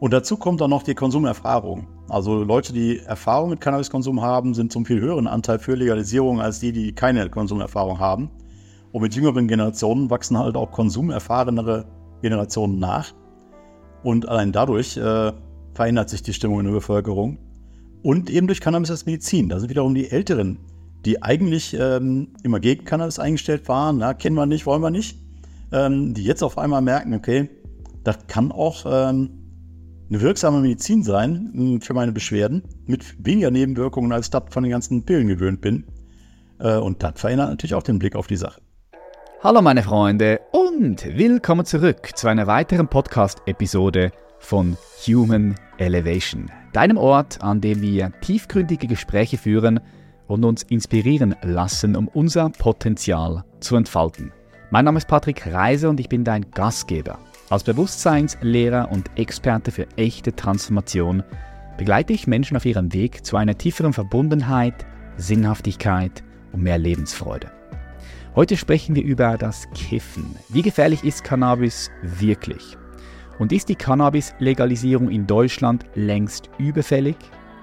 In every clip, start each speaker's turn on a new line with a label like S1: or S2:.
S1: Und dazu kommt dann noch die Konsumerfahrung. Also Leute, die Erfahrung mit Cannabiskonsum haben, sind zum viel höheren Anteil für Legalisierung als die keine Konsumerfahrung haben. Und mit jüngeren Generationen wachsen halt auch konsumerfahrenere Generationen nach. Und allein dadurch verändert sich die Stimmung in der Bevölkerung. Und eben durch Cannabis als Medizin. Da sind wiederum die Älteren, die eigentlich immer gegen Cannabis eingestellt waren. Na, kennen wir nicht, wollen wir nicht. Die jetzt auf einmal merken, okay, das kann auch eine wirksame Medizin sein für meine Beschwerden, mit weniger Nebenwirkungen, als ich das von den ganzen Pillen gewöhnt bin. Und das verändert natürlich auch den Blick auf die Sache.
S2: Hallo meine Freunde und willkommen zurück zu einer weiteren Podcast-Episode von Human Elevation, deinem Ort, an dem wir tiefgründige Gespräche führen und uns inspirieren lassen, um unser Potenzial zu entfalten. Mein Name ist Patrick Reiser und ich bin dein Gastgeber. Als Bewusstseinslehrer und Experte für echte Transformation begleite ich Menschen auf ihrem Weg zu einer tieferen Verbundenheit, Sinnhaftigkeit und mehr Lebensfreude. Heute sprechen wir über das Kiffen. Wie gefährlich ist Cannabis wirklich? Und ist die Cannabis-Legalisierung in Deutschland längst überfällig?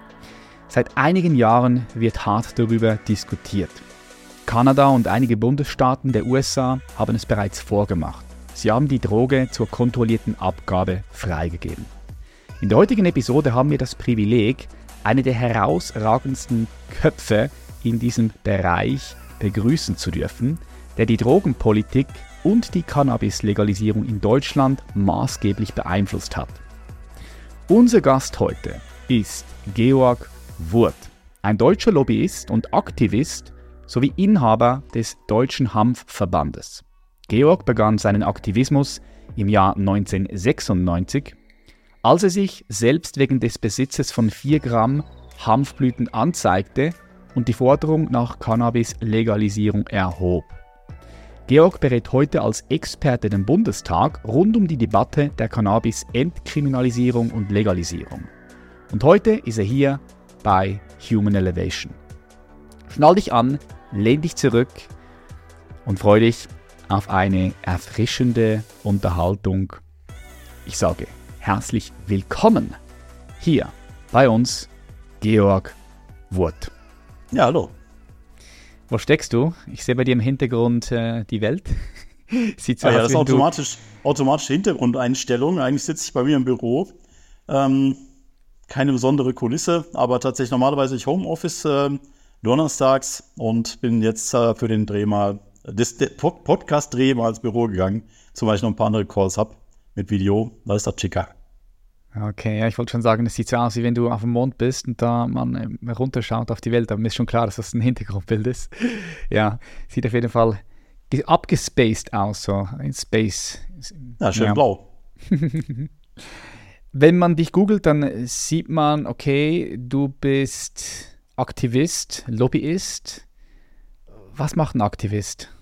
S2: Seit einigen Jahren wird hart darüber diskutiert. Kanada und einige Bundesstaaten der USA haben es bereits vorgemacht. Sie haben die Droge zur kontrollierten Abgabe freigegeben. In der heutigen Episode haben wir das Privileg, eine der herausragendsten Köpfe in diesem Bereich begrüßen zu dürfen, der die Drogenpolitik und die Cannabis-Legalisierung in Deutschland maßgeblich beeinflusst hat. Unser Gast heute ist Georg Wurth, ein deutscher Lobbyist und Aktivist sowie Inhaber des Deutschen Hanfverbandes. Georg begann seinen Aktivismus im Jahr 1996, als er sich selbst wegen des Besitzes von 4 Gramm Hanfblüten anzeigte und die Forderung nach Cannabis-Legalisierung erhob. Georg berät heute als Experte den Bundestag rund um die Debatte der Cannabis-Entkriminalisierung und Legalisierung. Und heute ist er hier bei Human Elevation. Schnall dich an, lehn dich zurück und freu dich auf eine erfrischende Unterhaltung. Ich sage herzlich willkommen hier bei uns, Georg Wurth.
S1: Ja, hallo.
S2: Wo steckst du? Ich sehe bei dir im Hintergrund die Welt. Sieht so aus,
S1: das ist automatische Hintergrundeinstellung. Eigentlich sitze ich bei mir im Büro. Keine besondere Kulisse, aber tatsächlich normalerweise ich Homeoffice donnerstags und bin jetzt für den Dreh mal Podcast-Dreh mal ins Büro gegangen, zum Beispiel noch ein paar andere Calls habe mit Video, da ist das schicker.
S2: Okay, ja, ich wollte schon sagen, es sieht so aus, wie wenn du auf dem Mond bist und da man runterschaut auf die Welt, aber mir ist schon klar, dass das ein Hintergrundbild ist. Ja, sieht auf jeden Fall abgespaced aus, so in Space.
S1: Ja, schön blau.
S2: Wenn man dich googelt, dann sieht man, okay, du bist Aktivist, Lobbyist. Was macht ein Aktivist?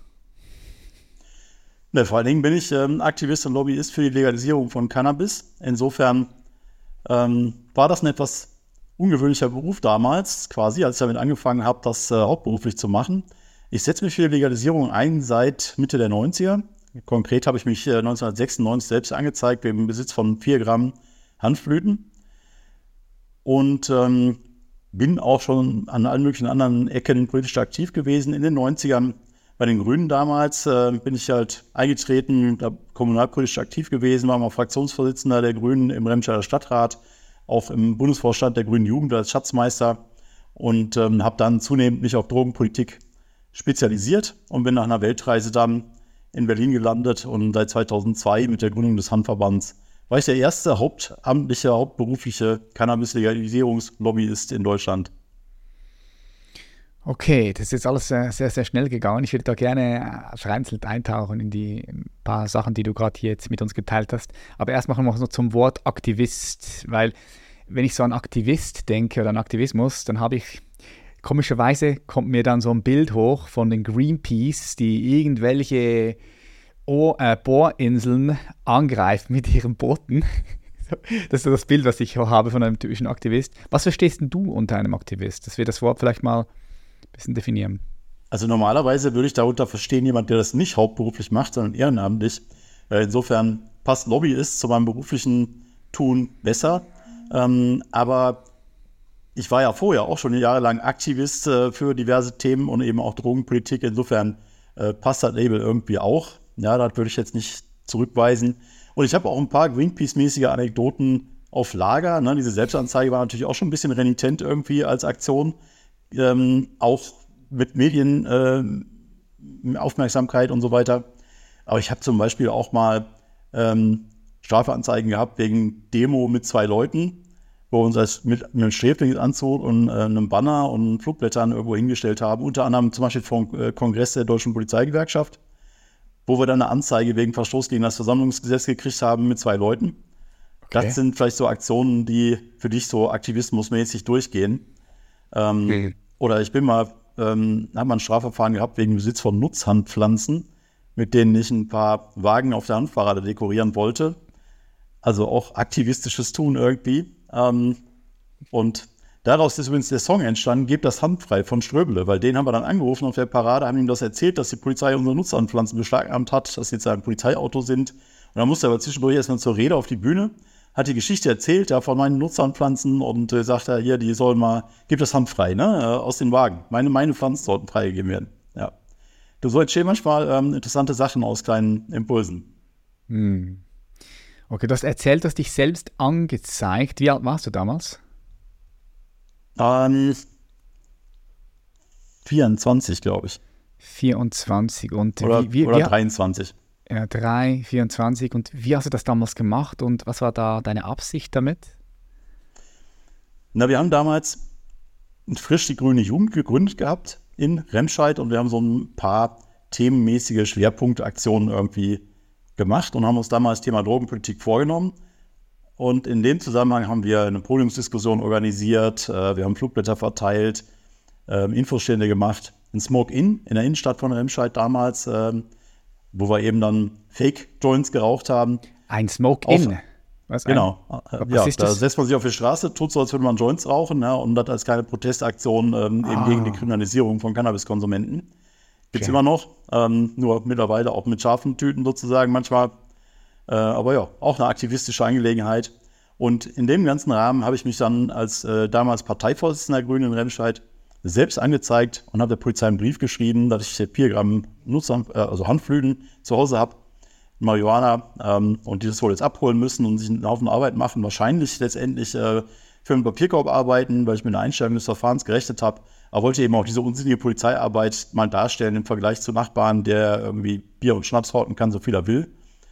S1: Ne, vor allen Dingen bin ich Aktivist und Lobbyist für die Legalisierung von Cannabis. Insofern war das ein etwas ungewöhnlicher Beruf damals, quasi, als ich damit angefangen habe, das hauptberuflich zu machen. Ich setze mich für die Legalisierung ein seit Mitte der 90er. Konkret habe ich mich 1996 selbst angezeigt wegen dem Besitz von 4 Gramm Hanfblüten. Und bin auch schon an allen möglichen anderen Ecken politisch aktiv gewesen. In den 90ern bei den Grünen damals bin ich halt eingetreten, kommunalpolitisch aktiv gewesen, war mal Fraktionsvorsitzender der Grünen im Remscheider Stadtrat, auch im Bundesvorstand der Grünen Jugend als Schatzmeister und habe dann zunehmend mich auf Drogenpolitik spezialisiert und bin nach einer Weltreise dann in Berlin gelandet und seit 2002 mit der Gründung des Hanfverbands war ich der erste hauptberufliche Cannabis-Legalisierungslobbyist in Deutschland.
S2: Okay, das ist jetzt alles sehr, sehr, sehr schnell gegangen. Ich würde da gerne vereinzelt eintauchen in die paar Sachen, die du gerade hier jetzt mit uns geteilt hast. Aber erstmal noch so zum Wort Aktivist, weil wenn ich so an Aktivist denke oder an Aktivismus, dann habe ich, komischerweise kommt mir dann so ein Bild hoch von den Greenpeace, die irgendwelche Bohrinseln angreifen mit ihren Booten. Das ist so das Bild, was ich habe von einem typischen Aktivist. Was verstehst denn du unter einem Aktivist? Dass wir das Wort vielleicht mal ein bisschen definieren.
S1: Also normalerweise würde ich darunter verstehen, jemand, der das nicht hauptberuflich macht, sondern ehrenamtlich. Insofern passt Lobbyist zu meinem beruflichen tun, besser. Aber ich war ja vorher auch schon jahrelang Aktivist für diverse Themen und eben auch Drogenpolitik. Insofern passt das Label irgendwie auch. Ja, das würde ich jetzt nicht zurückweisen. Und ich habe auch ein paar Greenpeace-mäßige Anekdoten auf Lager. Ne? Diese Selbstanzeige war natürlich auch schon ein bisschen renitent irgendwie als Aktion. Auch mit Medienaufmerksamkeit und so weiter. Aber ich habe zum Beispiel auch mal Strafanzeigen gehabt wegen Demo mit 2 Leuten, wo wir uns mit einem Sträflingsanzug und einem Banner und Flugblättern irgendwo hingestellt haben. Unter anderem zum Beispiel vom Kongress der Deutschen Polizeigewerkschaft, wo wir dann eine Anzeige wegen Verstoß gegen das Versammlungsgesetz gekriegt haben mit 2 Leuten. Okay. Das sind vielleicht so Aktionen, die für dich so aktivismusmäßig durchgehen. Oder ich bin mal, habe mal ein Strafverfahren gehabt wegen Besitz von Nutzhandpflanzen, mit denen ich ein paar Wagen auf der Handfahrrad dekorieren wollte. Also auch aktivistisches Tun irgendwie. Und daraus ist übrigens der Song entstanden, Gebt das handfrei von Ströbele, weil den haben wir dann angerufen auf der Parade, haben ihm das erzählt, dass die Polizei unsere Nutzhandpflanzen beschlagnahmt hat, dass sie jetzt ein Polizeiauto sind. Und dann musste er aber zwischendurch erstmal zur Rede auf die Bühne, hat die Geschichte erzählt, ja, von meinen Nutzhandpflanzen und sagt er, hier, die sollen mal, gib das handfrei, ne, aus den Wagen. Meine Pflanzen sollten freigegeben werden. Ja. So entstehen manchmal interessante Sachen aus kleinen Impulsen.
S2: Okay, du hast erzählt, du hast dich selbst angezeigt. Wie alt warst du damals?
S1: 24, glaube ich.
S2: 24 und
S1: oder 23.
S2: Ja, 24. Und wie hast du das damals gemacht und was war da deine Absicht damit?
S1: Na, wir haben damals frisch die Grüne Jugend gegründet gehabt in Remscheid und wir haben so ein paar themenmäßige Schwerpunktaktionen irgendwie gemacht und haben uns damals das Thema Drogenpolitik vorgenommen. Und in dem Zusammenhang haben wir eine Podiumsdiskussion organisiert, wir haben Flugblätter verteilt, Infostände gemacht, ein Smoke-In in der Innenstadt von Remscheid damals, wo wir eben dann Fake-Joints geraucht haben.
S2: Ein Smoke-In?
S1: Was genau. Was ist das? Da setzt man sich auf die Straße, tut so, als würde man Joints rauchen, ja, und das als kleine Protestaktion eben gegen die Kriminalisierung von Cannabiskonsumenten. Gibt es immer noch, nur mittlerweile auch mit scharfen Tüten sozusagen manchmal. Aber ja, auch eine aktivistische Angelegenheit. Und in dem ganzen Rahmen habe ich mich dann als damals Parteivorsitzender der Grünen in Remscheid selbst angezeigt und habe der Polizei einen Brief geschrieben, dass ich 4 Gramm also Hanfblüten zu Hause habe, Marihuana, und die das wohl jetzt abholen müssen und sich einen Haufen Arbeit machen, wahrscheinlich letztendlich für einen Papierkorb arbeiten, weil ich mir eine Einstellung des Verfahrens gerechnet habe. Aber wollte eben auch diese unsinnige Polizeiarbeit mal darstellen im Vergleich zu Nachbarn, der irgendwie Bier und Schnaps horten kann, so viel er will.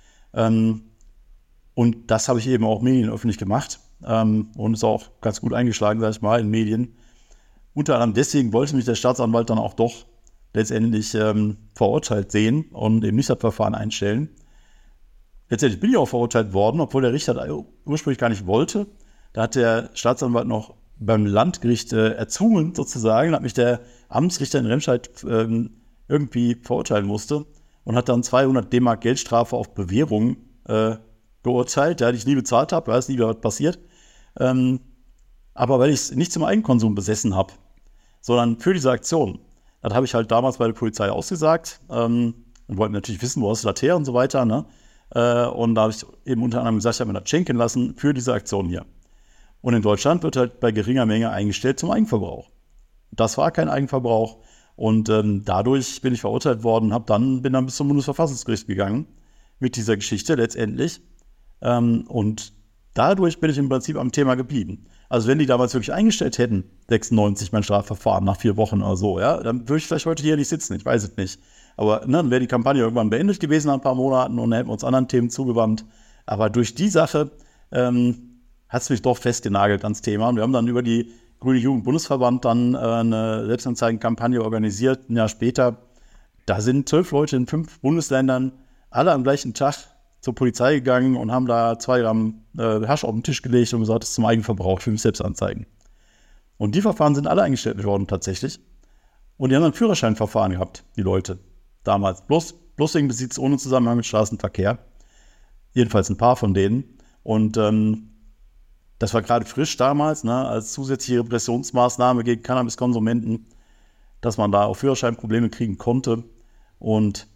S1: Und das habe ich eben auch medienöffentlich gemacht und ist auch ganz gut eingeschlagen, sage ich mal, in Medien. Unter anderem deswegen wollte mich der Staatsanwalt dann auch doch letztendlich verurteilt sehen und eben nicht das Verfahren einstellen. Letztendlich bin ich auch verurteilt worden, obwohl der Richter das ursprünglich gar nicht wollte. Da hat der Staatsanwalt noch beim Landgericht erzwungen sozusagen, hat mich der Amtsrichter in Remscheid irgendwie verurteilen musste und hat dann 200 D-Mark Geldstrafe auf Bewährung geurteilt, die ich nie bezahlt habe, weiß nie, was passiert. Aber weil ich es nicht zum Eigenkonsum besessen habe, sondern für diese Aktion, das habe ich halt damals bei der Polizei ausgesagt und wollten natürlich wissen, wo hast du das her und so weiter. Ne? Und da habe ich eben unter anderem gesagt, ich habe mir das schenken lassen für diese Aktion hier. Und in Deutschland wird halt bei geringer Menge eingestellt zum Eigenverbrauch. Das war kein Eigenverbrauch und dadurch bin ich verurteilt worden, bin dann bis zum Bundesverfassungsgericht gegangen mit dieser Geschichte letztendlich. Und dadurch bin ich im Prinzip am Thema geblieben. Also wenn die damals wirklich eingestellt hätten, 96 mein Strafverfahren nach 4 Wochen oder so, ja, dann würde ich vielleicht heute hier nicht sitzen, ich weiß es nicht. Aber dann wäre die Kampagne irgendwann beendet gewesen nach ein paar Monaten und dann hätten wir uns anderen Themen zugewandt. Aber durch die Sache hat es mich doch festgenagelt ans Thema. Und wir haben dann über die Grüne Jugend Bundesverband dann eine Selbstanzeigenkampagne organisiert. Ein Jahr später, da sind 12 Leute in 5 Bundesländern alle am gleichen Tag zur Polizei gegangen und haben da 2 Gramm Hasch auf den Tisch gelegt und gesagt, das ist zum Eigenverbrauch, ich will mich selbst anzeigen. Und die Verfahren sind alle eingestellt worden tatsächlich. Und die haben ein Führerscheinverfahren gehabt, die Leute damals. Bloß wegen Besitz ohne Zusammenhang mit Straßenverkehr. Jedenfalls ein paar von denen. Und das war gerade frisch damals, ne, als zusätzliche Repressionsmaßnahme gegen Cannabiskonsumenten, dass man da auch Führerscheinprobleme kriegen konnte. Und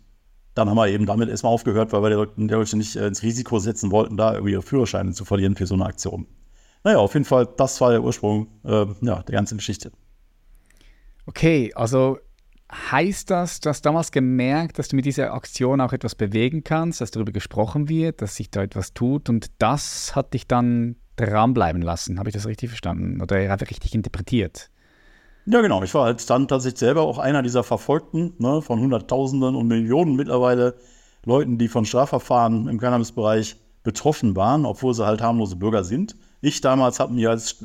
S1: dann haben wir eben damit erstmal aufgehört, weil wir die Leute nicht ins Risiko setzen wollten, da irgendwie ihre Führerscheine zu verlieren für so eine Aktion. Naja, auf jeden Fall, das war der Ursprung der ganzen Geschichte.
S2: Okay, also heißt das, du hast damals gemerkt, dass du mit dieser Aktion auch etwas bewegen kannst, dass darüber gesprochen wird, dass sich da etwas tut und das hat dich dann dranbleiben lassen. Habe ich das richtig verstanden oder einfach richtig interpretiert?
S1: Ja, genau. Ich war halt dann tatsächlich selber auch einer dieser Verfolgten, ne, von Hunderttausenden und Millionen mittlerweile Leuten, die von Strafverfahren im Cannabis-Bereich betroffen waren, obwohl sie halt harmlose Bürger sind. Ich damals habe mich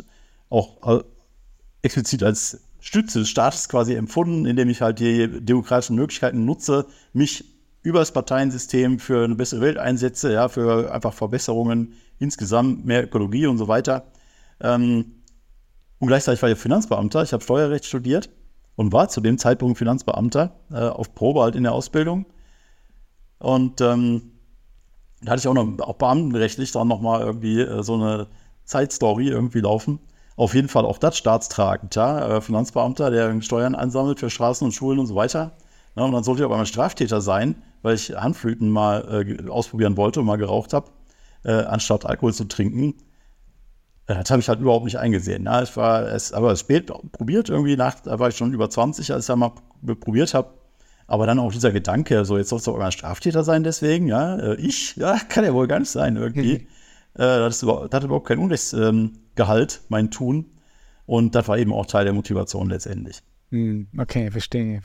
S1: explizit als Stütze des Staates quasi empfunden, indem ich halt die demokratischen Möglichkeiten nutze, mich über das Parteiensystem für eine bessere Welt einsetze, ja, für einfach Verbesserungen insgesamt, mehr Ökologie und so weiter. Und gleichzeitig war ich Finanzbeamter. Ich habe Steuerrecht studiert und war zu dem Zeitpunkt Finanzbeamter, auf Probe halt in der Ausbildung. Und da hatte ich auch beamtenrechtlich dann nochmal irgendwie so eine Zeitstory irgendwie laufen. Auf jeden Fall auch das staatstragend, ja. Finanzbeamter, der Steuern einsammelt für Straßen und Schulen und so weiter. Ja, und dann sollte ich aber mal Straftäter sein, weil ich Handflöten mal ausprobieren wollte und mal geraucht habe, anstatt Alkohol zu trinken. Das habe ich halt überhaupt nicht eingesehen. Ja. Ich war aber spät probiert, irgendwie da war ich schon über 20, als ich da mal probiert habe. Aber dann auch dieser Gedanke, so jetzt sollst du auch mal Straftäter sein deswegen, ja, kann ja wohl gar nicht sein irgendwie. Das hat überhaupt kein Unrechtsgehalt, mein Tun. Und das war eben auch Teil der Motivation letztendlich.
S2: Okay, verstehe.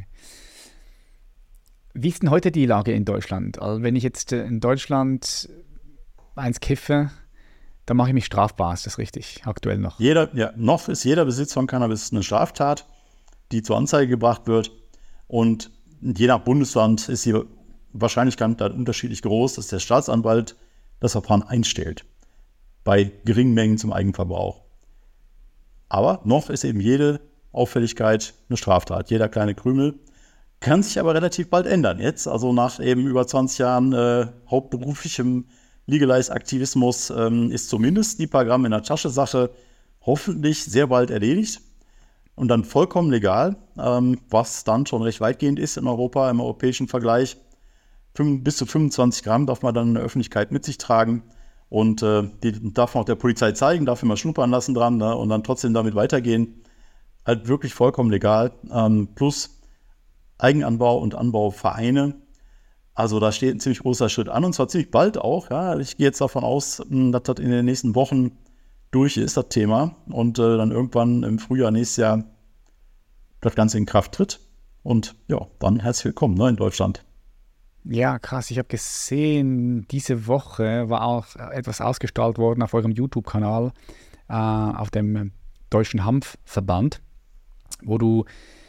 S2: Wie ist denn heute die Lage in Deutschland? Also wenn ich jetzt in Deutschland eins kiffe, dann mache ich mich strafbar, ist das richtig? Aktuell noch?
S1: Noch ist jeder Besitz von Cannabis eine Straftat, die zur Anzeige gebracht wird. Und je nach Bundesland ist die Wahrscheinlichkeit dann unterschiedlich groß, dass der Staatsanwalt das Verfahren einstellt. Bei geringen Mengen zum Eigenverbrauch. Aber noch ist eben jede Auffälligkeit eine Straftat. Jeder kleine Krümel kann sich aber relativ bald ändern jetzt. Also nach eben über 20 Jahren hauptberuflichem Legalize-Aktivismus ist zumindest die paar Gramm in der Tasche Sache hoffentlich sehr bald erledigt und dann vollkommen legal, was dann schon recht weitgehend ist in Europa, im europäischen Vergleich. Bis zu 25 Gramm darf man dann in der Öffentlichkeit mit sich tragen und die darf man auch der Polizei zeigen, darf immer schnuppern lassen dran, ne, und dann trotzdem damit weitergehen. Halt wirklich vollkommen legal, plus Eigenanbau und Anbauvereine. Also da steht ein ziemlich großer Schritt an und zwar ziemlich bald auch. Ja. Ich gehe jetzt davon aus, dass das in den nächsten Wochen durch ist, das Thema. Und dann irgendwann im Frühjahr nächstes Jahr das Ganze in Kraft tritt. Und ja, dann herzlich willkommen, ne, in Deutschland.
S2: Ja, krass. Ich habe gesehen, diese Woche war auch etwas ausgestrahlt worden auf eurem YouTube-Kanal, auf dem Deutschen Hanfverband, wo du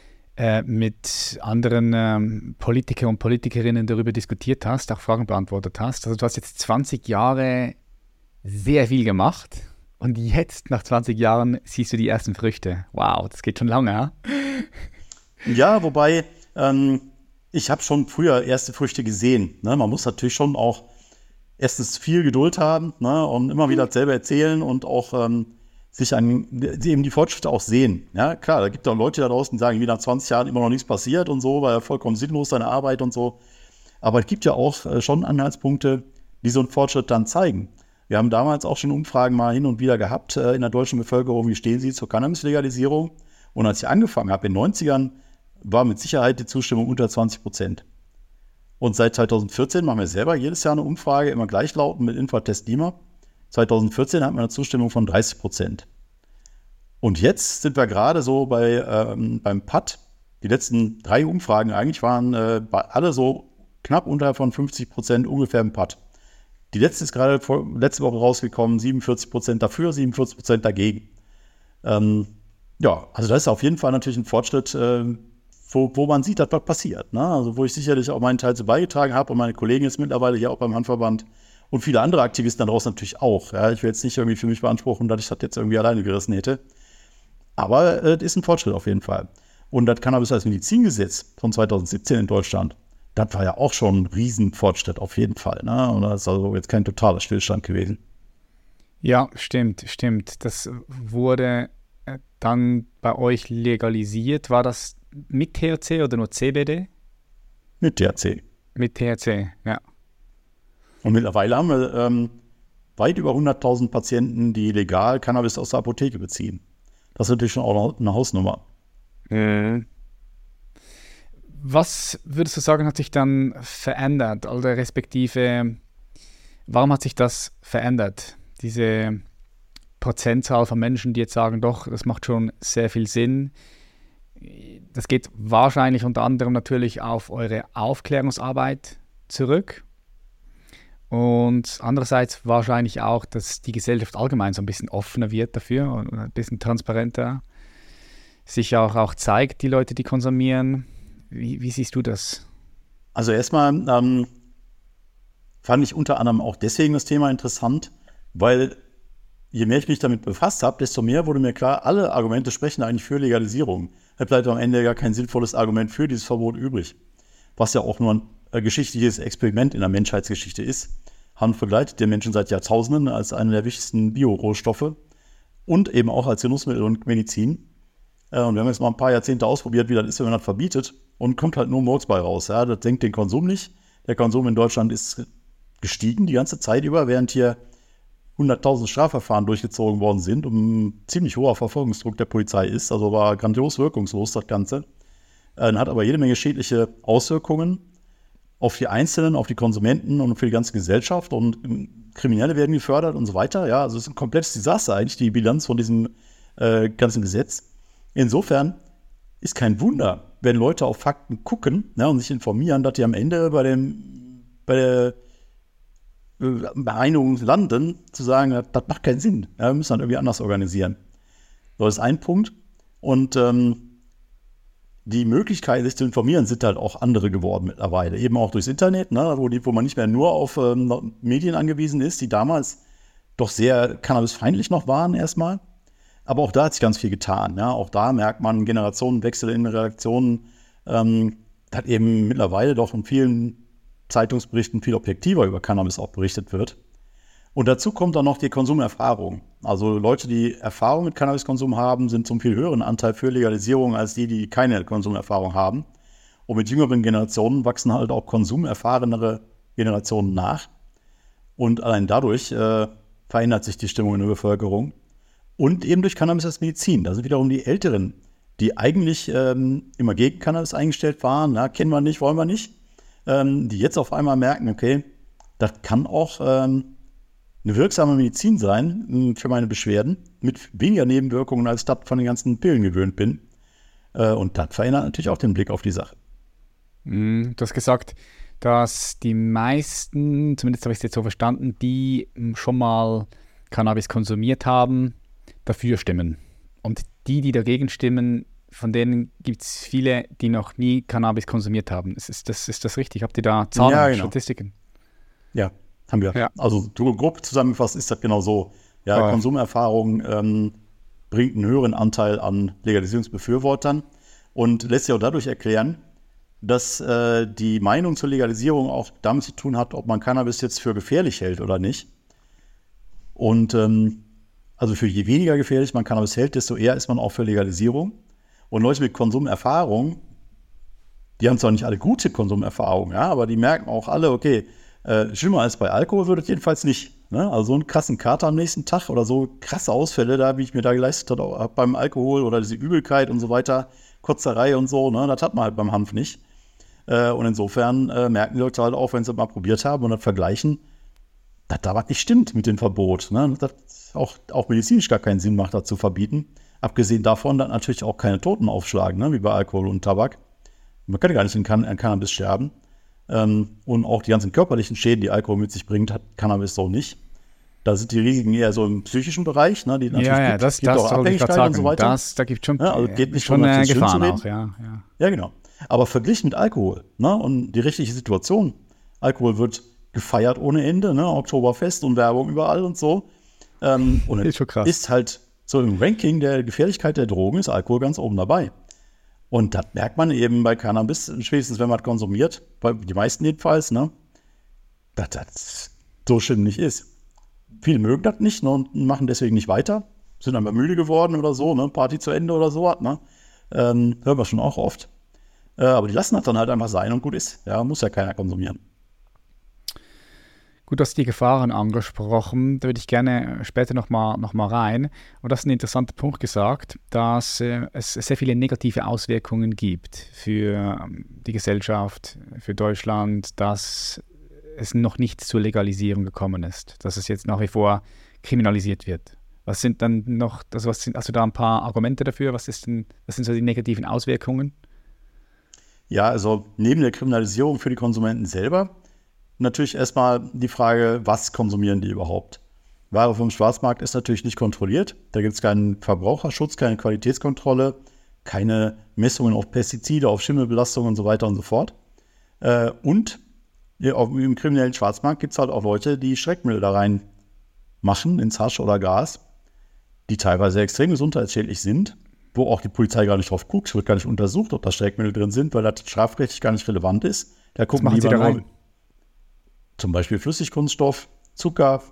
S2: mit anderen Politikern und Politikerinnen darüber diskutiert hast, auch Fragen beantwortet hast. Also du hast jetzt 20 Jahre sehr viel gemacht und jetzt nach 20 Jahren siehst du die ersten Früchte. Wow, das geht schon lange, ja?
S1: Ja, wobei ich habe schon früher erste Früchte gesehen. Ne? Man muss natürlich schon auch erstens viel Geduld haben, ne? Und immer wieder selber erzählen und auch eben die Fortschritte auch sehen. Ja, klar, da gibt es auch Leute da draußen, die sagen, wie nach 20 Jahren immer noch nichts passiert und so, weil ja vollkommen sinnlos seine Arbeit und so. Aber es gibt ja auch schon Anhaltspunkte, die so einen Fortschritt dann zeigen. Wir haben damals auch schon Umfragen mal hin und wieder gehabt in der deutschen Bevölkerung, wie stehen sie zur Cannabis-Legalisierung? Und als ich angefangen habe in den 90ern, war mit Sicherheit die Zustimmung unter 20%. Und seit 2014 machen wir selber jedes Jahr eine Umfrage, immer gleichlautend mit Infratest Lima. 2014 hatten wir eine Zustimmung von 30%. Und jetzt sind wir gerade so beim PAD. Die letzten 3 Umfragen eigentlich waren alle so knapp unterhalb von 50% ungefähr im PAD. Die letzte ist gerade letzte Woche rausgekommen, 47% dafür, 47% dagegen. Ja, also das ist auf jeden Fall natürlich ein Fortschritt, wo man sieht, dass was passiert. Ne? Also wo ich sicherlich auch meinen Teil zu beigetragen habe und meine Kollegen jetzt mittlerweile hier auch beim Hanfverband und viele andere Aktivisten da draußen natürlich auch. Ja? Ich will jetzt nicht irgendwie für mich beanspruchen, dass ich das jetzt irgendwie alleine gerissen hätte. Aber es ist ein Fortschritt auf jeden Fall. Und das Cannabis als Medizingesetz von 2017 in Deutschland, das war ja auch schon ein Riesenfortschritt auf jeden Fall. Ne? Und das ist also jetzt kein totaler Stillstand gewesen.
S2: Ja, stimmt. Das wurde dann bei euch legalisiert. War das mit THC oder nur CBD?
S1: Mit THC.
S2: Mit THC, ja.
S1: Und mittlerweile haben wir weit über 100.000 Patienten, die legal Cannabis aus der Apotheke beziehen. Das ist natürlich schon auch eine Hausnummer.
S2: Was würdest du sagen, hat sich dann verändert? Oder respektive, warum hat sich das verändert? Diese Prozentzahl von Menschen, die jetzt sagen, doch, das macht schon sehr viel Sinn. Das geht wahrscheinlich unter anderem natürlich auf eure Aufklärungsarbeit zurück. Und andererseits wahrscheinlich auch, dass die Gesellschaft allgemein so ein bisschen offener wird dafür und ein bisschen transparenter sich auch zeigt, die Leute, die konsumieren. Wie siehst du das?
S1: Also erstmal fand ich unter anderem auch deswegen das Thema interessant, weil je mehr ich mich damit befasst habe, desto mehr wurde mir klar, alle Argumente sprechen eigentlich für Legalisierung. Es bleibt am Ende gar kein sinnvolles Argument für dieses Verbot übrig. Was ja auch nur ein geschichtliches Experiment in der Menschheitsgeschichte ist. Hanf begleitet den Menschen seit Jahrtausenden als einer der wichtigsten Biorohstoffe und eben auch als Genussmittel und Medizin. Und wir haben jetzt mal ein paar Jahrzehnte ausprobiert, wie das ist, wenn man das verbietet, und kommt halt nur Murks bei raus. Ja, das senkt den Konsum nicht. Der Konsum in Deutschland ist gestiegen die ganze Zeit über, während hier 100.000 Strafverfahren durchgezogen worden sind und ein ziemlich hoher Verfolgungsdruck der Polizei ist. Also war grandios wirkungslos das Ganze. Hat aber jede Menge schädliche Auswirkungen auf die Einzelnen, auf die Konsumenten und für die ganze Gesellschaft. Und Kriminelle werden gefördert und so weiter. Ja, also es ist ein komplettes Desaster eigentlich, die Bilanz von diesem ganzen Gesetz. Insofern ist kein Wunder, wenn Leute auf Fakten gucken, und sich informieren, dass die am Ende bei der Beeinigung landen, zu sagen, das macht keinen Sinn. Ja, wir müssen das irgendwie anders organisieren. So, das ist ein Punkt. Und die Möglichkeit, sich zu informieren, sind halt auch andere geworden mittlerweile. Eben auch durchs Internet, wo man nicht mehr nur auf Medien angewiesen ist, die damals doch sehr cannabisfeindlich noch waren erstmal. Aber auch da hat sich ganz viel getan. Ja? Auch da merkt man Generationenwechsel in Redaktionen, dass eben mittlerweile doch in vielen Zeitungsberichten viel objektiver über Cannabis auch berichtet wird. Und dazu kommt dann noch die Konsumerfahrung. Also Leute, die Erfahrung mit Cannabiskonsum haben, sind zum viel höheren Anteil für Legalisierung als die keine Konsumerfahrung haben. Und mit jüngeren Generationen wachsen halt auch konsumerfahrenere Generationen nach. Und allein dadurch verändert sich die Stimmung in der Bevölkerung. Und eben durch Cannabis als Medizin. Da sind wiederum die Älteren, die eigentlich immer gegen Cannabis eingestellt waren. Na, kennen wir nicht, wollen wir nicht. Die jetzt auf einmal merken, okay, das kann auch eine wirksame Medizin sein für meine Beschwerden, mit weniger Nebenwirkungen, als ich das von den ganzen Pillen gewöhnt bin. Und das verändert natürlich auch den Blick auf die Sache.
S2: Du hast gesagt, dass die meisten, zumindest habe ich es jetzt so verstanden, die schon mal Cannabis konsumiert haben, dafür stimmen. Und die dagegen stimmen, von denen gibt es viele, die noch nie Cannabis konsumiert haben. Ist das richtig? Habt ihr da Zahlen,
S1: ja, genau.
S2: Statistiken?
S1: Ja, haben wir. Ja. Also grob zusammengefasst ist das genau so. Ja, Konsumerfahrung bringt einen höheren Anteil an Legalisierungsbefürwortern und lässt sich auch dadurch erklären, dass die Meinung zur Legalisierung auch damit zu tun hat, ob man Cannabis jetzt für gefährlich hält oder nicht. Und also für je weniger gefährlich man Cannabis hält, desto eher ist man auch für Legalisierung. Und Leute mit Konsumerfahrung, die haben zwar nicht alle gute Konsumerfahrung, ja, aber die merken auch alle, okay, schlimmer als bei Alkohol wird es jedenfalls nicht. Ne? Also so einen krassen Kater am nächsten Tag oder so krasse Ausfälle, da wie ich mir da geleistet habe beim Alkohol oder diese Übelkeit und so weiter, Kotzerei und so, ne? Das hat man halt beim Hanf nicht. Und insofern merken die Leute halt auch, wenn sie mal probiert haben und das vergleichen, dass da was nicht stimmt mit dem Verbot. Ne? Dass auch medizinisch gar keinen Sinn macht, das zu verbieten. Abgesehen davon, dass natürlich auch keine Toten aufschlagen, ne? Wie bei Alkohol und Tabak. Man kann ja gar nicht an Cannabis sterben. Und auch die ganzen körperlichen Schäden, die Alkohol mit sich bringt, hat Cannabis so nicht. Da sind die Risiken eher so im psychischen Bereich, ne? Die natürlich
S2: das
S1: auch Abhängigkeit und so weiter.
S2: Da gibt es schon,
S1: also geht nicht
S2: schon
S1: eine
S2: Gefahren auch, ja.
S1: Ja, genau. Aber verglichen mit Alkohol, ne? Und die rechtliche Situation, Alkohol wird gefeiert ohne Ende, ne? Oktoberfest und Werbung überall und so. Und
S2: ist schon krass.
S1: Ist halt so im Ranking der Gefährlichkeit der Drogen ist Alkohol ganz oben dabei. Und das merkt man eben bei Cannabis, spätestens wenn man es konsumiert, bei die meisten jedenfalls, ne, dass das so schlimm nicht ist. Viele mögen das nicht, ne, und machen deswegen nicht weiter, sind dann mal müde geworden oder so, ne, Party zu Ende oder so, ne, hören wir schon auch oft. aber die lassen das dann halt einfach sein und gut ist. Ja, muss ja keiner konsumieren.
S2: Gut, du hast die Gefahren angesprochen, da würde ich gerne später noch mal rein. Und das ist ein interessanter Punkt gesagt, dass es sehr viele negative Auswirkungen gibt für die Gesellschaft, für Deutschland, dass es noch nicht zur Legalisierung gekommen ist, dass es jetzt nach wie vor kriminalisiert wird. Was sind dann noch, hast du da ein paar Argumente dafür? Was sind so die negativen Auswirkungen?
S1: Ja, also neben der Kriminalisierung für die Konsumenten selber natürlich erstmal die Frage, was konsumieren die überhaupt? Ware vom Schwarzmarkt ist natürlich nicht kontrolliert. Da gibt es keinen Verbraucherschutz, keine Qualitätskontrolle, keine Messungen auf Pestizide, auf Schimmelbelastung und so weiter und so fort. Und im kriminellen Schwarzmarkt gibt es halt auch Leute, die Streckmittel da rein machen, ins Hasch oder Gras, die teilweise extrem gesundheitsschädlich sind, wo auch die Polizei gar nicht drauf guckt. Es wird gar nicht untersucht, ob da Streckmittel drin sind, weil das strafrechtlich gar nicht relevant ist. Da gucken
S2: was machen
S1: lieber
S2: Sie da rein?
S1: Zum Beispiel Flüssigkunststoff, Zucker,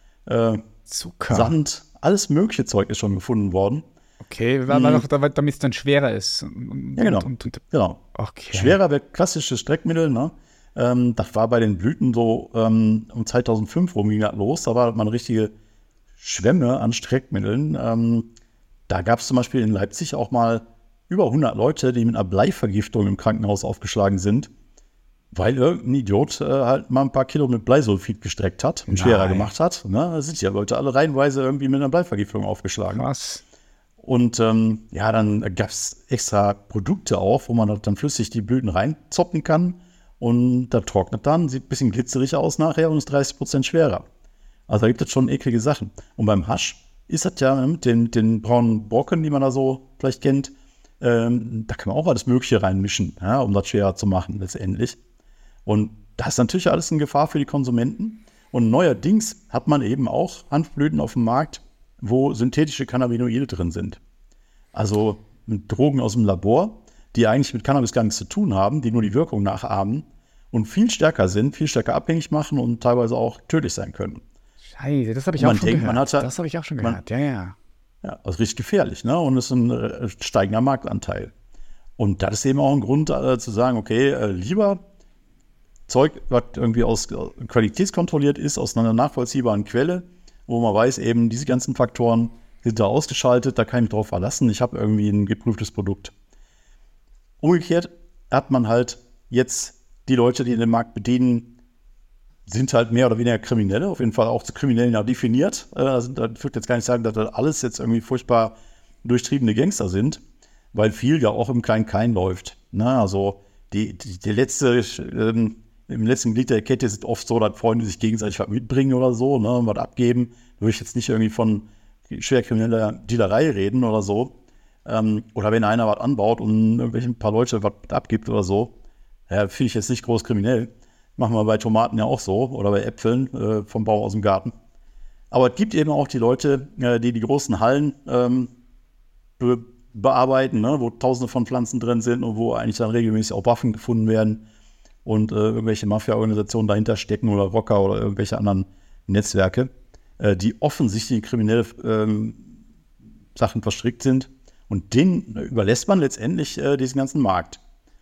S2: Zucker.
S1: Sand, alles mögliche Zeug ist schon gefunden worden.
S2: Okay, damit es dann schwerer ist.
S1: Ja, genau. Genau.
S2: Okay.
S1: Schwerer wird klassisches Streckmittel. Ne? Das war bei den Blüten so um 2005 rum ging das los. Da war man richtige Schwämme an Streckmitteln. Da gab es zum Beispiel in Leipzig auch mal über 100 Leute, die mit einer Bleivergiftung im Krankenhaus aufgeschlagen sind, weil irgendein Idiot halt mal ein paar Kilo mit Bleisulfid gestreckt hat und schwerer gemacht hat. Ne? Da sind ja Leute alle reihenweise irgendwie mit einer Bleivergiftung aufgeschlagen.
S2: Krass.
S1: Und dann gab es extra Produkte auch, wo man dann flüssig die Blüten reinzoppen kann. Und das trocknet dann, sieht ein bisschen glitzerig aus nachher und ist 30% schwerer. Also da gibt es schon eklige Sachen. Und beim Hasch ist das ja mit den braunen Brocken, die man da so vielleicht kennt, da kann man auch alles Mögliche reinmischen, ja, um das schwerer zu machen letztendlich. Und das ist natürlich alles eine Gefahr für die Konsumenten. Und neuerdings hat man eben auch Hanfblüten auf dem Markt, wo synthetische Cannabinoide drin sind. Also Drogen aus dem Labor, die eigentlich mit Cannabis gar nichts zu tun haben, die nur die Wirkung nachahmen und viel stärker sind, viel stärker abhängig machen und teilweise auch tödlich sein können.
S2: Scheiße, das habe ich auch schon gehört.
S1: Das habe ich auch schon gehört, ja. Ja, das ist richtig gefährlich, ne? Und es ist ein steigender Marktanteil. Und das ist eben auch ein Grund zu sagen, okay, lieber Zeug, was irgendwie qualitätskontrolliert ist, aus einer nachvollziehbaren Quelle, wo man weiß, eben diese ganzen Faktoren sind da ausgeschaltet, da kann ich mich drauf verlassen, ich habe irgendwie ein geprüftes Produkt. Umgekehrt hat man halt jetzt die Leute, die den Markt bedienen, sind halt mehr oder weniger Kriminelle, auf jeden Fall auch zu Kriminellen ja definiert. Ich würde jetzt gar nicht sagen, dass das alles jetzt irgendwie furchtbar durchtriebene Gangster sind, weil viel ja auch im Klein-Klein läuft. Na, also im letzten Glied der Kette ist es oft so, dass Freunde sich gegenseitig was mitbringen oder so, ne, und was abgeben. Da würde ich jetzt nicht irgendwie von schwer krimineller Dealerei reden oder so. Oder wenn einer was anbaut und irgendwelchen paar Leute was abgibt oder so, ja, finde ich jetzt nicht groß kriminell. Machen wir bei Tomaten ja auch so oder bei Äpfeln vom Bauch aus dem Garten. Aber es gibt eben auch die Leute, die großen Hallen bearbeiten, ne, wo Tausende von Pflanzen drin sind und wo eigentlich dann regelmäßig auch Waffen gefunden werden und irgendwelche Mafia-Organisationen dahinter stecken oder Rocker oder irgendwelche anderen Netzwerke, die offensichtlich in kriminelle Sachen verstrickt sind. Und denen überlässt man letztendlich diesen ganzen Markt.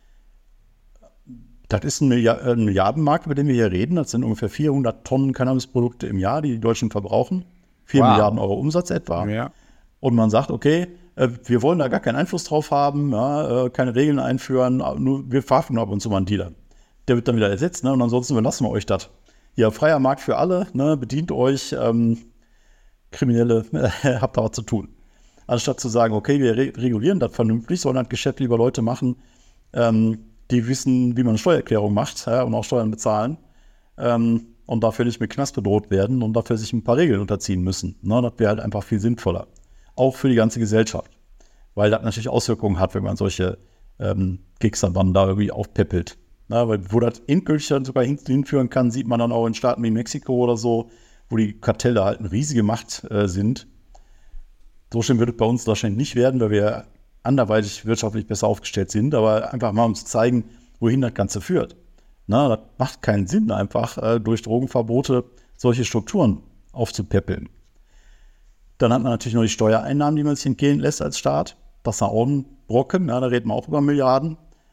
S1: Das ist ein Milliardenmarkt, über den wir hier reden. Das sind ungefähr 400 Tonnen Cannabisprodukte im Jahr, die die Deutschen verbrauchen. 4 Milliarden Euro Umsatz etwa. Ja. Und man sagt, okay, wir wollen da gar keinen Einfluss drauf haben, ja, keine Regeln einführen, nur wir verhaften ab und zu mal einen Dealer. Der wird dann wieder ersetzt, ne? Und ansonsten überlassen wir euch das. Ja, freier Markt für alle, ne? Bedient euch, Kriminelle, habt da was zu tun. Anstatt zu sagen, okay, wir regulieren das vernünftig, sollen das Geschäft lieber Leute machen, die wissen, wie man eine Steuererklärung macht, ja, und auch Steuern bezahlen und dafür nicht mit Knast bedroht werden und dafür sich ein paar Regeln unterziehen müssen. Ne? Das wäre halt einfach viel sinnvoller. Auch für die ganze Gesellschaft. Weil das natürlich Auswirkungen hat, wenn man solche Gigs dann da irgendwie aufpeppelt. Ne? Weil wo das endgültig dann sogar hinführen kann, sieht man dann auch in Staaten wie Mexiko oder so, wo die Kartelle halt eine riesige Macht sind. So schlimm wird es bei uns wahrscheinlich nicht werden, weil wir anderweitig wirtschaftlich besser aufgestellt sind, aber einfach mal um zu zeigen, wohin das Ganze führt. Na, das macht keinen Sinn, einfach durch Drogenverbote solche Strukturen aufzupäppeln. Dann hat man natürlich noch die Steuereinnahmen, die man sich entgehen lässt als Staat. Das ist auch ein Brocken, ja, da reden wir auch über Milliarden.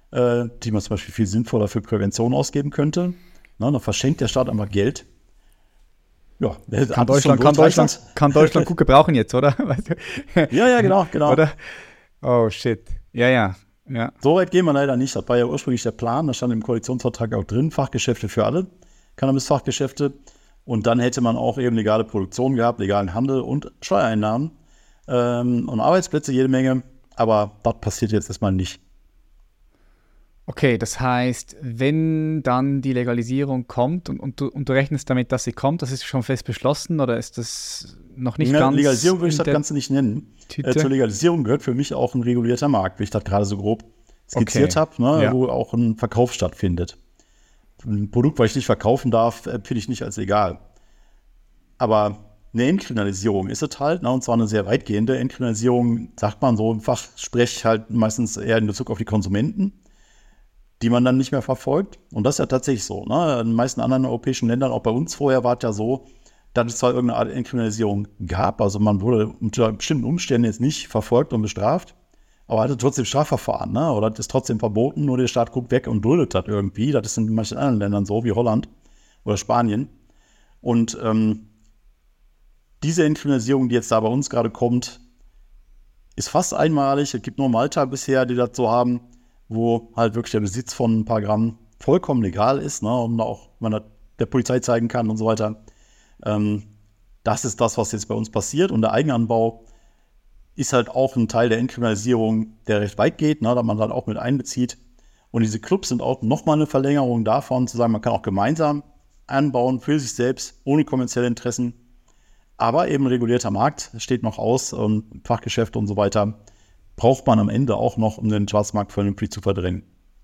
S1: die man zum Beispiel viel sinnvoller für Prävention ausgeben könnte. Na, dann verschenkt der Staat einfach Geld. Ja,
S2: kann Deutschland gut gebrauchen jetzt, oder?
S1: Ja, genau.
S2: Oder? Oh, shit. Ja.
S1: So weit gehen wir leider nicht. Das war ja ursprünglich der Plan. Da stand im Koalitionsvertrag auch drin, Fachgeschäfte für alle, Cannabis-Fachgeschäfte. Und dann hätte man auch eben legale Produktion gehabt, legalen Handel und Steuereinnahmen und Arbeitsplätze jede Menge. Aber das passiert jetzt erstmal nicht.
S2: Okay, das heißt, wenn dann die Legalisierung kommt und du rechnest damit, dass sie kommt, das ist schon fest beschlossen oder ist das noch nicht ganz?
S1: Legalisierung würde ich das Ganze nicht nennen. Zur Legalisierung gehört für mich auch ein regulierter Markt, wie ich das gerade so grob skizziert habe, wo auch ein Verkauf stattfindet. Ein Produkt, was ich nicht verkaufen darf, empfinde ich nicht als legal. Aber eine Entkriminalisierung ist es halt, und zwar eine sehr weitgehende Entkriminalisierung, sagt man so im Fachsprech halt meistens eher in Bezug auf die Konsumenten, die man dann nicht mehr verfolgt. Und das ist ja tatsächlich so. In den meisten anderen europäischen Ländern, auch bei uns vorher, war es ja so, dass es zwar irgendeine Art Entkriminalisierung gab, also man wurde unter bestimmten Umständen jetzt nicht verfolgt und bestraft, aber hatte trotzdem Strafverfahren, oder das ist trotzdem verboten, nur der Staat guckt weg und duldet das irgendwie. Das ist in manchen anderen Ländern so, wie Holland oder Spanien. Und diese Entkriminalisierung, die jetzt da bei uns gerade kommt, ist fast einmalig. Es gibt nur Malta bisher, die das so haben, wo halt wirklich der Besitz von ein paar Gramm vollkommen legal ist, und auch man das der Polizei zeigen kann und so weiter. Das ist das, was jetzt bei uns passiert. Und der Eigenanbau ist halt auch ein Teil der Entkriminalisierung, der recht weit geht, da man halt auch mit einbezieht. Und diese Clubs sind auch nochmal eine Verlängerung davon, zu sagen, man kann auch gemeinsam anbauen für sich selbst, ohne kommerzielle Interessen. Aber eben regulierter Markt steht noch aus und Fachgeschäfte und so weiter braucht man am Ende auch noch, um den Schwarzmarkt vernünftig zu verdrängen.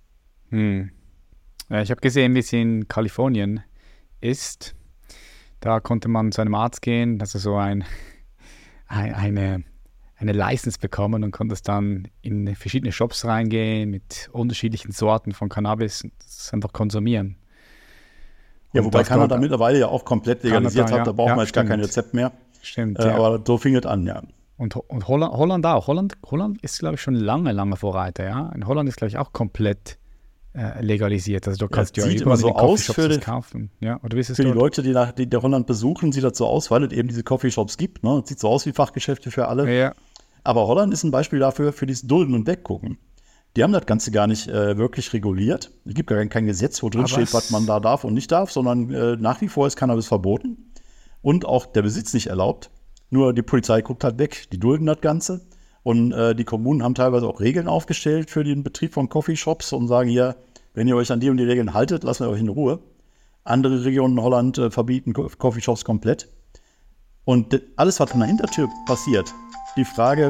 S2: Ja, ich habe gesehen, wie es in Kalifornien ist. Da konnte man zu einem Arzt gehen, also so eine License bekommen und konnte es dann in verschiedene Shops reingehen mit unterschiedlichen Sorten von Cannabis und das einfach konsumieren.
S1: Ja, wobei Kanada mittlerweile ja auch komplett legalisiert hat, da braucht man jetzt gar kein Rezept mehr.
S2: Stimmt,
S1: aber so fing es an, ja.
S2: Und Holland auch. Holland ist, glaube ich, schon lange Vorreiter, ja. In Holland ist, glaube ich, auch komplett legalisiert. Also du kannst
S1: sieht immer so aus
S2: das kaufen. Ja, oder
S1: für die Leute, die Holland besuchen, sieht das so aus, weil es eben diese Coffeeshops gibt. Es sieht so aus wie Fachgeschäfte für alle.
S2: Ja.
S1: Aber Holland ist ein Beispiel dafür, für dieses Dulden und Weggucken. Die haben das Ganze gar nicht wirklich reguliert. Es gibt gar kein Gesetz, wo drin steht, was man da darf und nicht darf, sondern nach wie vor ist Cannabis verboten und auch der Besitz nicht erlaubt. Nur die Polizei guckt halt weg, die dulden das Ganze. Und die Kommunen haben teilweise auch Regeln aufgestellt für den Betrieb von Coffeeshops und sagen hier, wenn ihr euch an die und die Regeln haltet, lassen wir euch in Ruhe. Andere Regionen in Holland verbieten Coffeeshops komplett. Und alles, was an der Hintertür passiert, die Frage,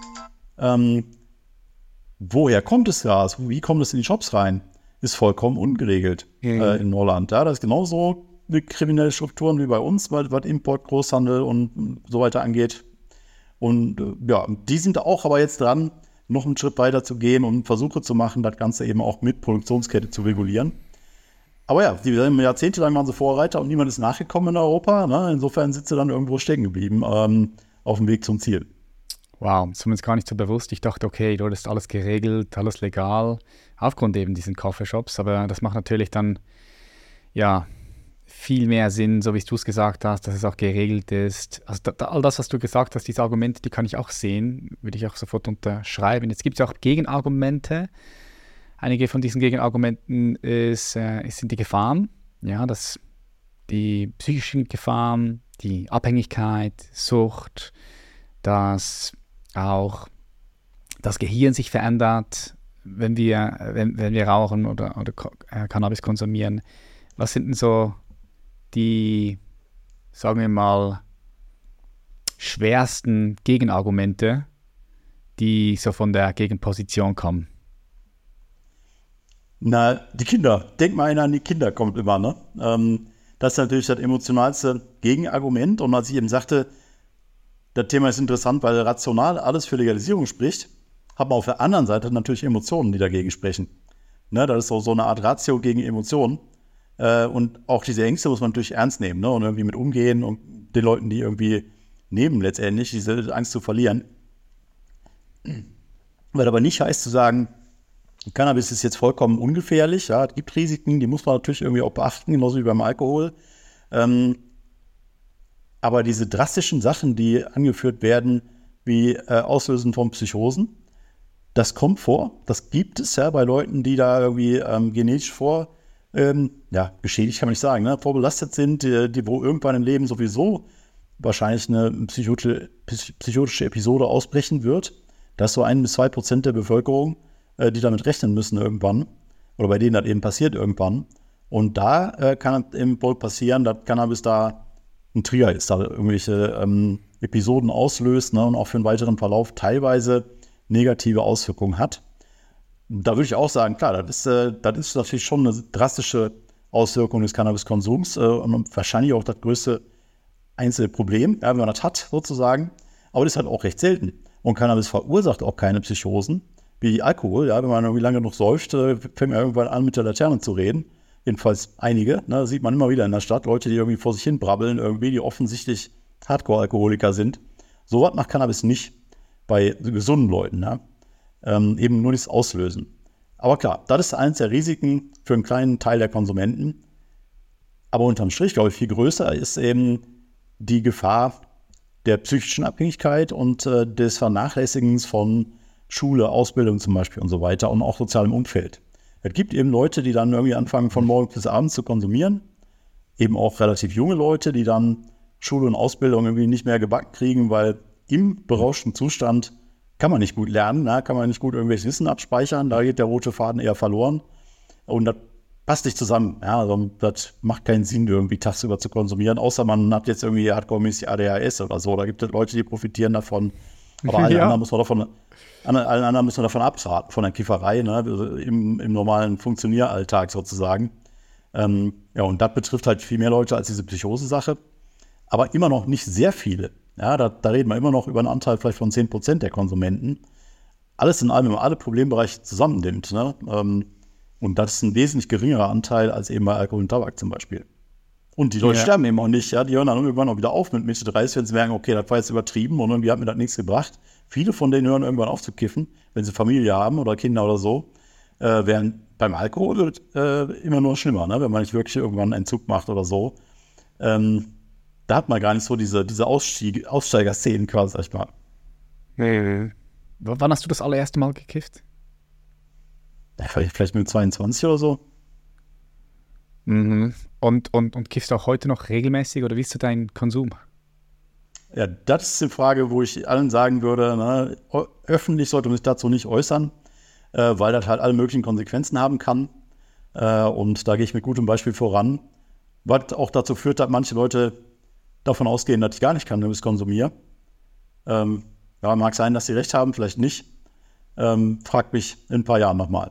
S1: woher kommt das Gas? Wie kommt es in die Shops rein? Ist vollkommen ungeregelt in Holland. Ja, das ist genauso eine kriminelle Strukturen wie bei uns, was Import, Großhandel und so weiter angeht. Und die sind auch aber jetzt dran, noch einen Schritt weiter zu gehen und Versuche zu machen, das Ganze eben auch mit Produktionskette zu regulieren. Aber ja, jahrzehntelang waren sie Vorreiter und niemand ist nachgekommen in Europa. Insofern sind sie dann irgendwo stecken geblieben auf dem Weg zum Ziel.
S2: Wow, das ist mir jetzt gar nicht so bewusst. Ich dachte, okay, dort ist alles geregelt, alles legal, aufgrund eben diesen Coffeeshops. Aber das macht natürlich dann, viel mehr Sinn, so wie du es gesagt hast, dass es auch geregelt ist. Also all das, was du gesagt hast, diese Argumente, die kann ich auch sehen, würde ich auch sofort unterschreiben. Jetzt gibt es ja auch Gegenargumente. Einige von diesen Gegenargumenten sind die Gefahren, die psychischen Gefahren, die Abhängigkeit, Sucht, dass auch das Gehirn sich verändert, wenn wir rauchen oder Cannabis konsumieren. Was sind denn so die, sagen wir mal, schwersten Gegenargumente, die so von der Gegenposition kommen?
S1: Na, die Kinder. Denk mal einer an die Kinder, kommt immer, ne? Das ist natürlich das emotionalste Gegenargument. Und als ich eben sagte, das Thema ist interessant, weil rational alles für Legalisierung spricht, hat man auf der anderen Seite natürlich Emotionen, die dagegen sprechen. Ne, das ist so eine Art Ratio gegen Emotionen. Und auch diese Ängste muss man natürlich ernst nehmen, und irgendwie mit umgehen und den Leuten, die irgendwie nehmen letztendlich, diese Angst zu verlieren. Weil aber nicht heißt zu sagen, Cannabis ist jetzt vollkommen ungefährlich, ja, es gibt Risiken, die muss man natürlich irgendwie auch beachten, genauso wie beim Alkohol. Aber diese drastischen Sachen, die angeführt werden, wie Auslösen von Psychosen, das kommt vor, das gibt es ja bei Leuten, die da irgendwie genetisch beschädigt kann man nicht sagen, ne, vorbelastet sind, die wo irgendwann im Leben sowieso wahrscheinlich eine psychotische Episode ausbrechen wird. Das ist so 1-2% der Bevölkerung, die damit rechnen müssen irgendwann oder bei denen das eben passiert irgendwann. Und da kann es eben wohl passieren, dass Cannabis da ein Trigger ist, da irgendwelche Episoden auslöst, ne, und auch für einen weiteren Verlauf teilweise negative Auswirkungen hat. Da würde ich auch sagen, klar, das ist natürlich schon eine drastische Auswirkung des Cannabiskonsums und wahrscheinlich auch das größte einzelne Problem, ja, wenn man das hat, sozusagen. Aber das ist halt auch recht selten. Und Cannabis verursacht auch keine Psychosen, wie Alkohol. Ja, wenn man irgendwie lange noch säuft, fängt man irgendwann an, mit der Laterne zu reden. Jedenfalls einige. Ne, das sieht man immer wieder in der Stadt. Leute, die irgendwie vor sich hin brabbeln, irgendwie, die offensichtlich Hardcore-Alkoholiker sind. So was macht Cannabis nicht bei gesunden Leuten. Ne? Eben nur das Auslösen. Aber klar, das ist eines der Risiken für einen kleinen Teil der Konsumenten. Aber unterm Strich, glaube ich, viel größer ist eben die Gefahr der psychischen Abhängigkeit und des Vernachlässigens von Schule, Ausbildung zum Beispiel und so weiter und auch sozialem Umfeld. Es gibt eben Leute, die dann irgendwie anfangen, von morgens bis abends zu konsumieren. Eben auch relativ junge Leute, die dann Schule und Ausbildung irgendwie nicht mehr gebacken kriegen, weil im berauschten Zustand kann man nicht gut lernen, ne? Kann man nicht gut irgendwelches Wissen abspeichern, da geht der rote Faden eher verloren. Und das passt nicht zusammen. Ja, also das macht keinen Sinn, irgendwie tagsüber zu konsumieren, außer man hat jetzt irgendwie hardcore-mäßig ADHS oder so. Da gibt es Leute, die profitieren davon. Aber allen anderen müssen wir davon abraten, von der Kifferei, ne? Im normalen Funktionieralltag sozusagen. Und das betrifft halt viel mehr Leute als diese Psychose-Sache. Aber immer noch nicht sehr viele. Ja, da reden wir immer noch über einen Anteil vielleicht von 10% der Konsumenten. Alles in allem, wenn man alle Problembereiche zusammennimmt, ne? Und das ist ein wesentlich geringerer Anteil als eben bei Alkohol und Tabak zum Beispiel. Und die Leute sterben eben auch nicht. Ja? Die hören dann irgendwann auch wieder auf mit Mitte 30, wenn sie merken, okay, das war jetzt übertrieben und irgendwie hat mir das nichts gebracht. Viele von denen hören irgendwann auf zu kiffen, wenn sie Familie haben oder Kinder oder so. Während beim Alkohol wird immer nur schlimmer, ne? Wenn man nicht wirklich irgendwann einen Entzug macht oder so. Da hat man gar nicht so diese Aussteigerszenen quasi, sag ich mal.
S2: Nee. Wann hast du das allererste Mal gekifft?
S1: Ja, vielleicht mit 22 oder so.
S2: Mhm. Und kiffst du auch heute noch regelmäßig oder wie ist so dein Konsum?
S1: Ja, das ist die Frage, wo ich allen sagen würde, ne, öffentlich sollte man sich dazu nicht äußern, weil das halt alle möglichen Konsequenzen haben kann. Und da gehe ich mit gutem Beispiel voran. Was auch dazu führt, dass manche Leute davon ausgehen, dass ich gar nicht Cannabis konsumiere. Mag sein, dass sie recht haben, vielleicht nicht. Frag mich in ein paar Jahren nochmal.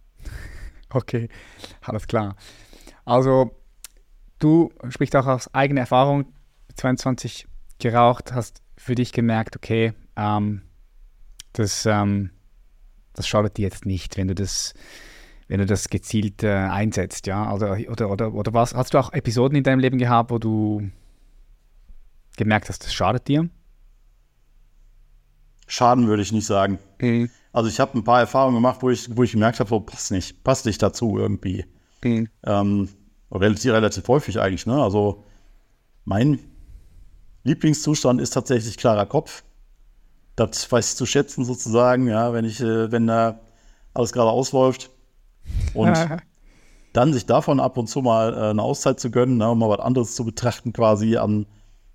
S2: Okay, alles klar. Also, du sprichst auch aus eigener Erfahrung, 22 geraucht, hast für dich gemerkt, okay, das schadet dir jetzt nicht, wenn du das gezielt einsetzt, ja? Also, oder was? Hast du auch Episoden in deinem Leben gehabt, wo du gemerkt hast, das schadet dir?
S1: Schaden würde ich nicht sagen. Mhm. Also ich habe ein paar Erfahrungen gemacht, wo ich gemerkt habe, so passt nicht dazu irgendwie. Mhm. Relativ häufig eigentlich, ne? Also mein Lieblingszustand ist tatsächlich klarer Kopf. Das weiß ich zu schätzen sozusagen, ja, wenn da alles gerade ausläuft. Und dann sich davon ab und zu mal eine Auszeit zu gönnen, ne, um mal was anderes zu betrachten quasi an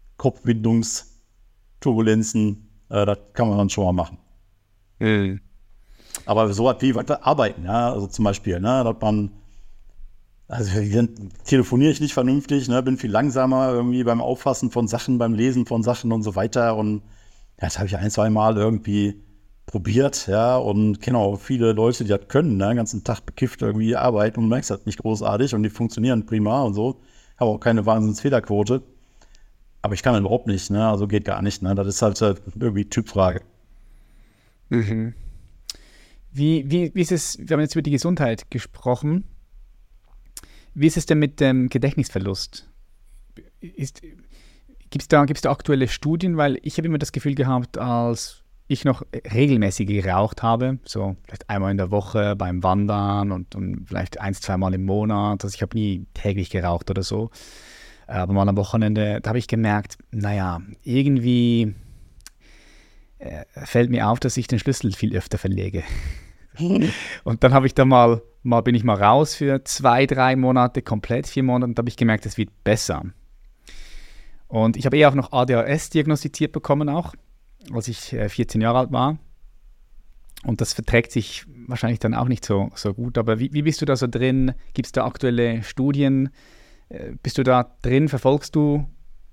S1: Kopfwindungsturbulenzen, das kann man dann schon mal machen. Mhm. Aber so was wie arbeiten, ja, also zum Beispiel, ne, dass man, also telefoniere ich nicht vernünftig, ne, bin viel langsamer irgendwie beim Auffassen von Sachen, beim Lesen von Sachen und so weiter. Und ja, das habe ich 1-2 Mal irgendwie probiert, ja, und kenne auch viele Leute, die das können, ne, den ganzen Tag bekifft irgendwie arbeiten und merkst das nicht großartig und die funktionieren prima und so. Habe auch keine Wahnsinnsfehlerquote. Aber ich kann das überhaupt nicht, ne, also geht gar nicht, ne, das ist halt irgendwie Typfrage.
S2: Mhm. Wie ist es, wir haben jetzt über die Gesundheit gesprochen, wie ist es denn mit dem Gedächtnisverlust? Gibt es da aktuelle Studien? Weil ich habe immer das Gefühl gehabt, als ich noch regelmäßig geraucht habe, so vielleicht einmal in der Woche beim Wandern und vielleicht 1-2 Mal im Monat. Also ich habe nie täglich geraucht oder so. Aber mal am Wochenende, da habe ich gemerkt, naja, irgendwie fällt mir auf, dass ich den Schlüssel viel öfter verlege. Und dann habe ich da bin ich mal raus für 2-3 Monate, komplett 4 Monate, und da habe ich gemerkt, es wird besser. Und ich habe auch noch ADHS diagnostiziert bekommen auch, als ich 14 Jahre alt war. Und das verträgt sich wahrscheinlich dann auch nicht so gut. Aber wie bist du da so drin? Gibt es da aktuelle Studien? Bist du da drin? Verfolgst du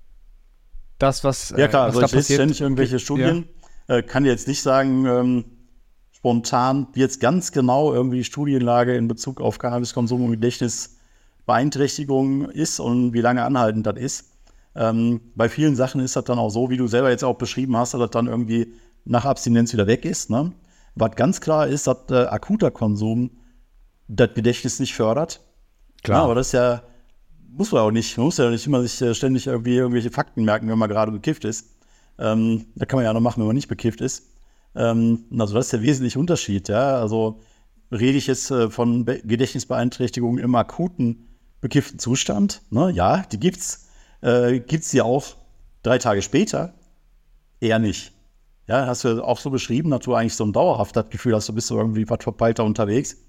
S2: das, was
S1: Ja klar,
S2: was
S1: also
S2: da
S1: ich lese
S2: passiert?
S1: ständig irgendwelche Studien. Kann dir jetzt nicht sagen, spontan, wie jetzt ganz genau irgendwie die Studienlage in Bezug auf Cannabiskonsum und Gedächtnisbeeinträchtigung ist und wie lange anhaltend das ist. Bei vielen Sachen ist das dann auch so, wie du selber jetzt auch beschrieben hast, dass das dann irgendwie nach Abstinenz wieder weg ist. Ne? Was ganz klar ist, dass akuter Konsum das Gedächtnis nicht fördert.
S2: Klar.
S1: Ja, aber das ist ja, muss man auch nicht. Man muss ja nicht immer sich ständig irgendwie irgendwelche Fakten merken, wenn man gerade bekifft ist. Da kann man ja noch machen, wenn man nicht bekifft ist. Also das ist der wesentliche Unterschied. Ja? Also rede ich jetzt von Gedächtnisbeeinträchtigungen im akuten bekifften Zustand. Ne? Ja, die gibt's. Gibt's die auch 3 Tage später? Eher nicht. Ja, hast du auch so beschrieben, dass du eigentlich so ein dauerhaftes Gefühl hast, du bist so irgendwie was verpeilter unterwegs.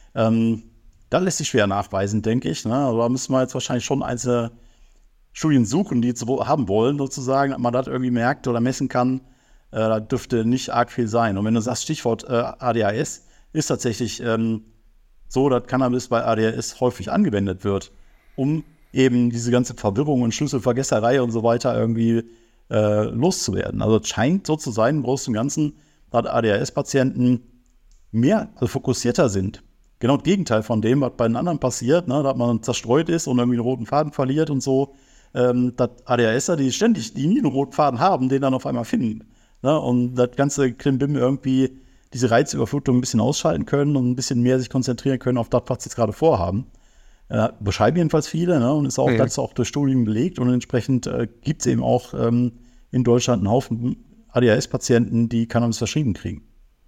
S1: Da lässt sich schwer nachweisen, denke ich. Ne? Also da müssen wir jetzt wahrscheinlich schon einzelne Studien suchen, die jetzt haben wollen, sozusagen, dass man das irgendwie merkt oder messen kann. Da dürfte nicht arg viel sein. Und wenn du sagst, Stichwort ADHS, ist tatsächlich so, dass Cannabis bei ADHS häufig angewendet wird, um eben diese ganze Verwirrung und Schlüsselvergesserei und so weiter irgendwie loszuwerden. Also es scheint so zu sein, im Großen und Ganzen, dass ADHS-Patienten also fokussierter sind. Genau das Gegenteil von dem, was bei den anderen passiert, ne, dass man zerstreut ist und irgendwie einen roten Faden verliert und so. Dass ADHSer, die nie einen roten Faden haben, den dann auf einmal finden. Ne, und das ganze Klimbim irgendwie diese Reizüberflutung ein bisschen ausschalten können und ein bisschen mehr sich konzentrieren können auf das, was sie jetzt gerade vorhaben. Beschreiben jedenfalls viele, ne, und ist auch, das ist auch durch Studien belegt, und entsprechend gibt es eben auch in Deutschland einen Haufen ADHS-Patienten, die Cannabis verschrieben kriegen.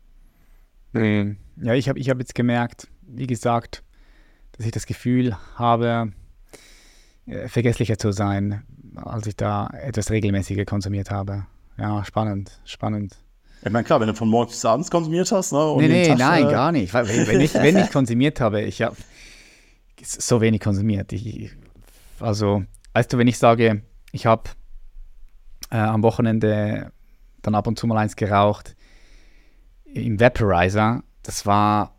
S2: Ja, ich hab jetzt gemerkt, wie gesagt, dass ich das Gefühl habe, vergesslicher zu sein, als ich da etwas regelmäßiger konsumiert habe. Ja, spannend.
S1: Ich meine, klar, wenn du von morgens bis abends konsumiert hast, ne? Und
S2: Nein, gar nicht. Weil wenn ich konsumiert habe, ich habe so wenig konsumiert. Also, weißt du, wenn ich sage, ich habe am Wochenende dann ab und zu mal eins geraucht, im Vaporizer, das war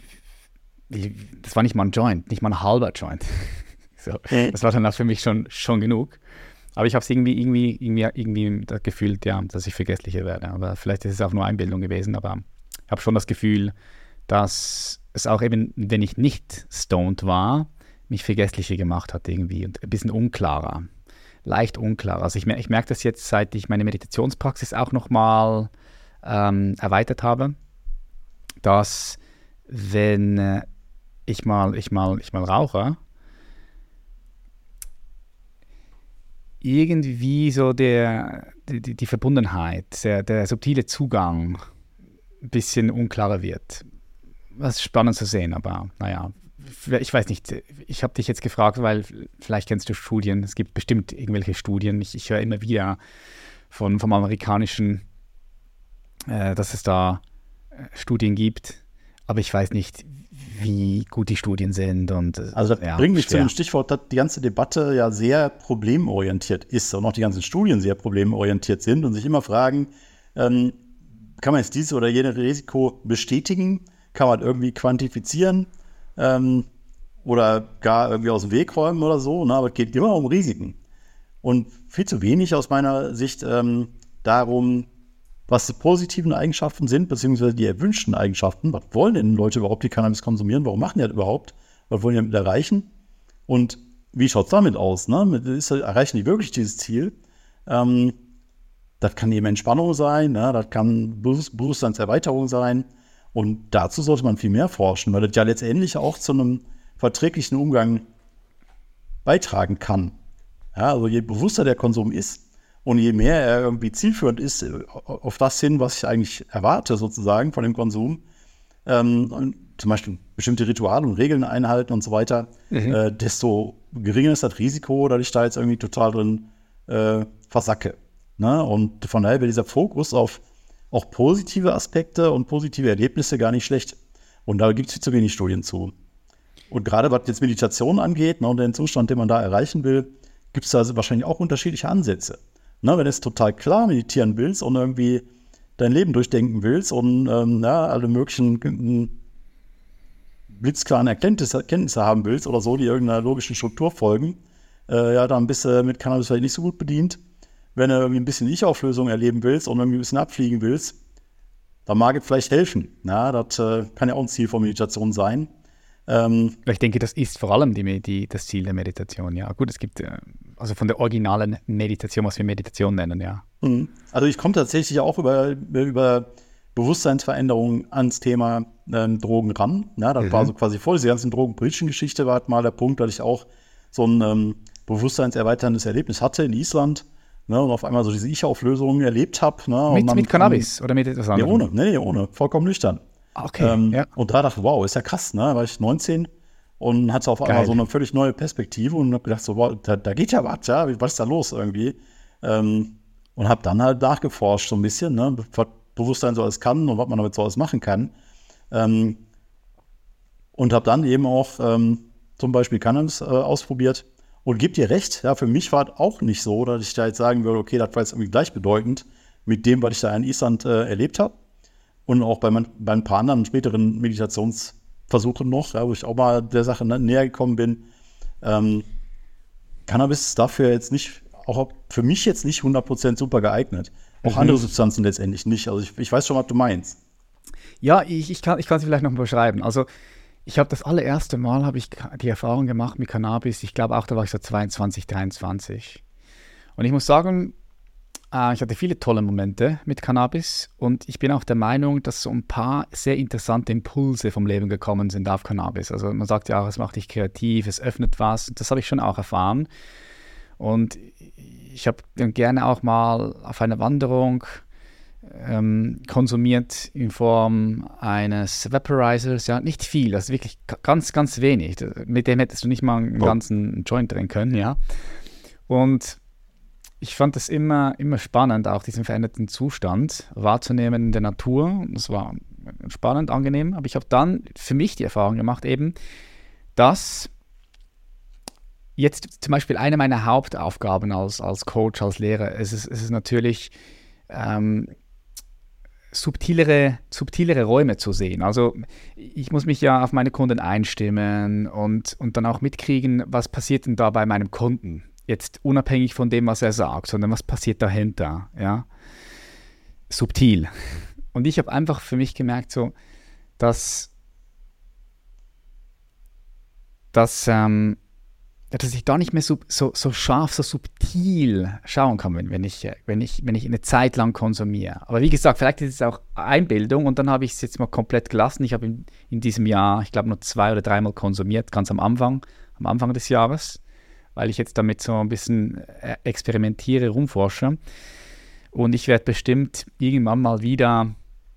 S2: nicht mal ein Joint, nicht mal ein halber Joint. So, das war dann auch für mich schon genug. Aber ich habe es irgendwie gefühlt, ja, dass ich vergesslicher werde. Aber vielleicht ist es auch nur Einbildung gewesen, aber ich habe schon das Gefühl, dass es auch eben, wenn ich nicht stoned war, mich vergesslicher gemacht hat irgendwie und ein bisschen unklarer. Leicht unklarer. Also ich merke das jetzt, seit ich meine Meditationspraxis auch nochmal erweitert habe, dass wenn ich mal rauche, irgendwie so die Verbundenheit, der subtile Zugang ein bisschen unklarer wird. Was spannend zu sehen, aber naja, ich weiß nicht, ich habe dich jetzt gefragt, weil vielleicht kennst du Studien, es gibt bestimmt irgendwelche Studien, ich höre immer wieder vom amerikanischen, dass es da Studien gibt, aber ich weiß nicht, wie gut die Studien sind. Und,
S1: also das bringt mich zu dem Stichwort, dass die ganze Debatte ja sehr problemorientiert ist und auch die ganzen Studien sehr problemorientiert sind und sich immer fragen, kann man jetzt dieses oder jene Risiko bestätigen? Kann man irgendwie quantifizieren oder gar irgendwie aus dem Weg räumen oder so? Ne? Aber es geht immer um Risiken. Und viel zu wenig aus meiner Sicht darum, was die positiven Eigenschaften sind, beziehungsweise die erwünschten Eigenschaften. Was wollen denn Leute überhaupt, die Cannabis konsumieren? Warum machen die das überhaupt? Was wollen die damit erreichen? Und wie schaut es damit aus? Ne? Erreichen die wirklich dieses Ziel? Das kann eben Entspannung sein, ne? Das kann Bewusstseinserweiterung sein. Und dazu sollte man viel mehr forschen, weil das ja letztendlich auch zu einem verträglichen Umgang beitragen kann. Ja, also je bewusster der Konsum ist, Und je mehr er irgendwie zielführend ist, auf das hin, was ich eigentlich erwarte, sozusagen, von dem Konsum, und zum Beispiel bestimmte Rituale und Regeln einhalten und so weiter, desto geringer ist das Risiko, dass ich da jetzt irgendwie total drin versacke. Ne? Und von daher wäre dieser Fokus auf auch positive Aspekte und positive Erlebnisse gar nicht schlecht. Und da gibt es viel zu wenig Studien zu. Und gerade was jetzt Meditation angeht, ne, und den Zustand, den man da erreichen will, gibt es da also wahrscheinlich auch unterschiedliche Ansätze. Ne, wenn du jetzt total klar meditieren willst und irgendwie dein Leben durchdenken willst und alle möglichen blitzklaren Erkenntnisse haben willst oder so, die irgendeiner logischen Struktur folgen, dann bist du mit Cannabis vielleicht nicht so gut bedient. Wenn du irgendwie ein bisschen Ich-Auflösung erleben willst und irgendwie ein bisschen abfliegen willst, dann mag es vielleicht helfen. Na, das kann ja auch ein Ziel von Meditation sein.
S2: Ich denke, das ist vor allem das Ziel der Meditation, ja. Gut, es gibt also von der originalen Meditation, was wir Meditation nennen, ja.
S1: Also ich komme tatsächlich auch über Bewusstseinsveränderung ans Thema Drogen ran. Ja, das war so quasi vor dieser ganzen drogenpolitischen Geschichte war halt mal der Punkt, dass ich auch so ein bewusstseinserweiterndes Erlebnis hatte in Island. Ne, und auf einmal so diese Ich-Auflösung erlebt habe. Ne,
S2: mit Cannabis oder mit etwas anderem?
S1: Ohne, vollkommen nüchtern.
S2: Okay, ja.
S1: Und da dachte ich, wow, ist ja krass, ne? Da war ich 19 und hatte auf einmal so eine völlig neue Perspektive und habe gedacht, so, wow, da geht ja was, ja, was ist da los irgendwie? Und habe dann halt nachgeforscht so ein bisschen, ne, was Bewusstsein so alles kann und was man damit so alles machen kann. Und habe dann eben auch zum Beispiel Cannabis ausprobiert. Und gebe dir recht, ja, für mich war es auch nicht so, dass ich da jetzt sagen würde, okay, das war jetzt irgendwie gleichbedeutend mit dem, was ich da in Island erlebt habe. Und auch bei ein paar anderen späteren Meditationsversuchen noch, ja, wo ich auch mal der Sache näher gekommen bin. Cannabis ist dafür jetzt nicht, auch für mich jetzt nicht 100% super geeignet. Auch andere Substanzen letztendlich nicht. Also ich weiß schon, was du meinst.
S2: Ja, ich kann es vielleicht noch mal beschreiben. Also ich habe das allererste Mal die Erfahrung gemacht mit Cannabis. Ich glaube auch, da war ich so 22, 23. Und ich muss sagen, ich hatte viele tolle Momente mit Cannabis und ich bin auch der Meinung, dass so ein paar sehr interessante Impulse vom Leben gekommen sind auf Cannabis. Also man sagt ja auch, es macht dich kreativ, es öffnet was. Das habe ich schon auch erfahren. Und ich habe dann gerne auch mal auf einer Wanderung konsumiert in Form eines Vaporizers, ja, nicht viel, also wirklich ganz, ganz wenig. Mit dem hättest du nicht mal einen ganzen Joint drehen können, ja. Und ich fand es immer spannend, auch diesen veränderten Zustand wahrzunehmen in der Natur. Das war spannend, angenehm, aber ich habe dann für mich die Erfahrung gemacht eben, dass jetzt zum Beispiel eine meiner Hauptaufgaben als Coach, als Lehrer, es ist natürlich subtilere Räume zu sehen. Also ich muss mich ja auf meine Kunden einstimmen und dann auch mitkriegen, was passiert denn da bei meinem Kunden. Jetzt unabhängig von dem, was er sagt, sondern was passiert dahinter. Ja? Subtil. Und ich habe einfach für mich gemerkt, so, dass ich da nicht mehr so scharf, so subtil schauen kann, wenn ich eine Zeit lang konsumiere. Aber wie gesagt, vielleicht ist es auch Einbildung und dann habe ich es jetzt mal komplett gelassen. Ich habe in diesem Jahr, ich glaube, nur 2 oder 3 Mal konsumiert, ganz am Anfang des Jahres, weil ich jetzt damit so ein bisschen experimentiere, rumforsche. Und ich werde bestimmt irgendwann mal wieder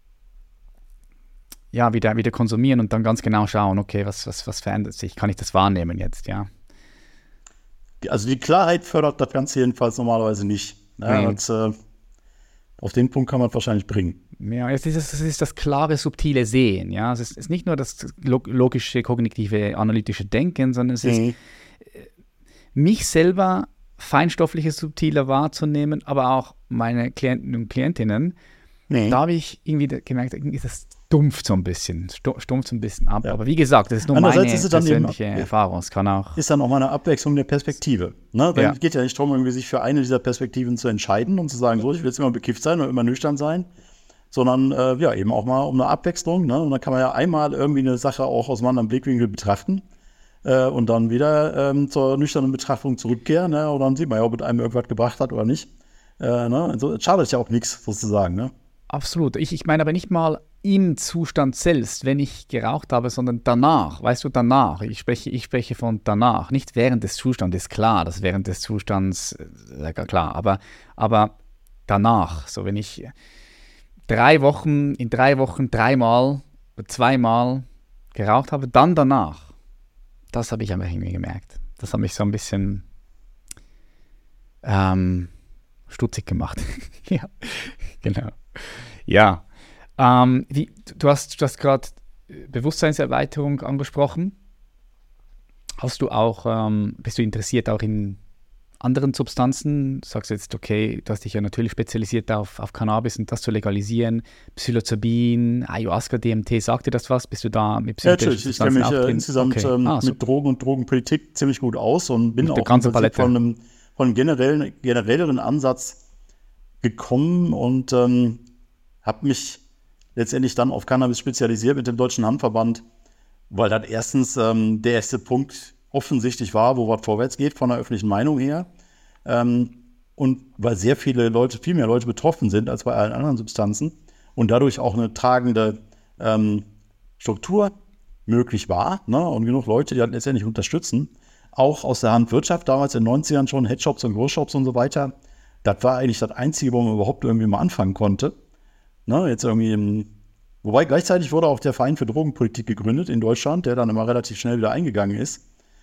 S2: konsumieren und dann ganz genau schauen, okay, was verändert sich? Kann ich das wahrnehmen jetzt, ja?
S1: Also die Klarheit fördert das Ganze jedenfalls normalerweise nicht. Ja, auf den Punkt kann man wahrscheinlich bringen.
S2: Ja, es ist das klare, subtile Sehen. Ja? Es ist nicht nur das logische, kognitive, analytische Denken, sondern es ist mich selber feinstofflicher, subtiler wahrzunehmen, aber auch meine Klienten und Klientinnen. Da habe ich irgendwie gemerkt, irgendwie ist das stumpft so ein bisschen ab. Ja. Aber wie gesagt, das ist nur meine persönliche Erfahrung. Es kann auch
S1: ist dann auch mal eine Abwechslung der Perspektive. Ne? Es geht ja nicht darum, irgendwie sich für eine dieser Perspektiven zu entscheiden und zu sagen, so, ich will jetzt immer bekifft sein oder immer nüchtern sein, sondern eben auch mal um eine Abwechslung. Ne? Und dann kann man ja einmal irgendwie eine Sache auch aus einem anderen Blickwinkel betrachten und dann wieder zur nüchternen Betrachtung zurückkehren. Ne? Und dann sieht man ja, ob es einem irgendwas gebracht hat oder nicht. Ne? Also, es schadet ja auch nichts, sozusagen. Ne?
S2: Absolut. Ich meine aber nicht mal im Zustand selbst, wenn ich geraucht habe, sondern danach, weißt du, danach. Ich spreche von danach, nicht während des Zustandes, klar, das während des Zustands, klar, aber danach, so wenn ich in 3 Wochen 3-mal oder 2-mal geraucht habe, dann danach, das habe ich einfach irgendwie gemerkt. Das hat mich so ein bisschen stutzig gemacht. Ja, genau. Ja. Du hast gerade Bewusstseinserweiterung angesprochen. Bist du interessiert auch in anderen Substanzen? Sagst du jetzt, okay, du hast dich ja natürlich spezialisiert auf Cannabis und das zu legalisieren. Psilocybin, Ayahuasca, DMT, sagt dir das was? Bist du da mit
S1: psychedelischen Substanzen auch drin? Insgesamt mit Drogen und Drogenpolitik ziemlich gut aus und bin auch von einem generelleren Ansatz gekommen und habe mich letztendlich dann auf Cannabis spezialisiert mit dem Deutschen Hanfverband, weil dann erstens der erste Punkt offensichtlich war, wo was vorwärts geht von der öffentlichen Meinung her und weil viel mehr Leute betroffen sind als bei allen anderen Substanzen und dadurch auch eine tragende Struktur möglich war, ne? Und genug Leute, die halt letztendlich unterstützen, auch aus der Handwirtschaft, damals in den 90ern schon, Headshops und Großshops und so weiter. Das war eigentlich das Einzige, wo man überhaupt irgendwie mal anfangen konnte. Ne, jetzt irgendwie wobei gleichzeitig wurde auch der Verein für Drogenpolitik gegründet in Deutschland, der dann immer relativ schnell wieder eingegangen ist.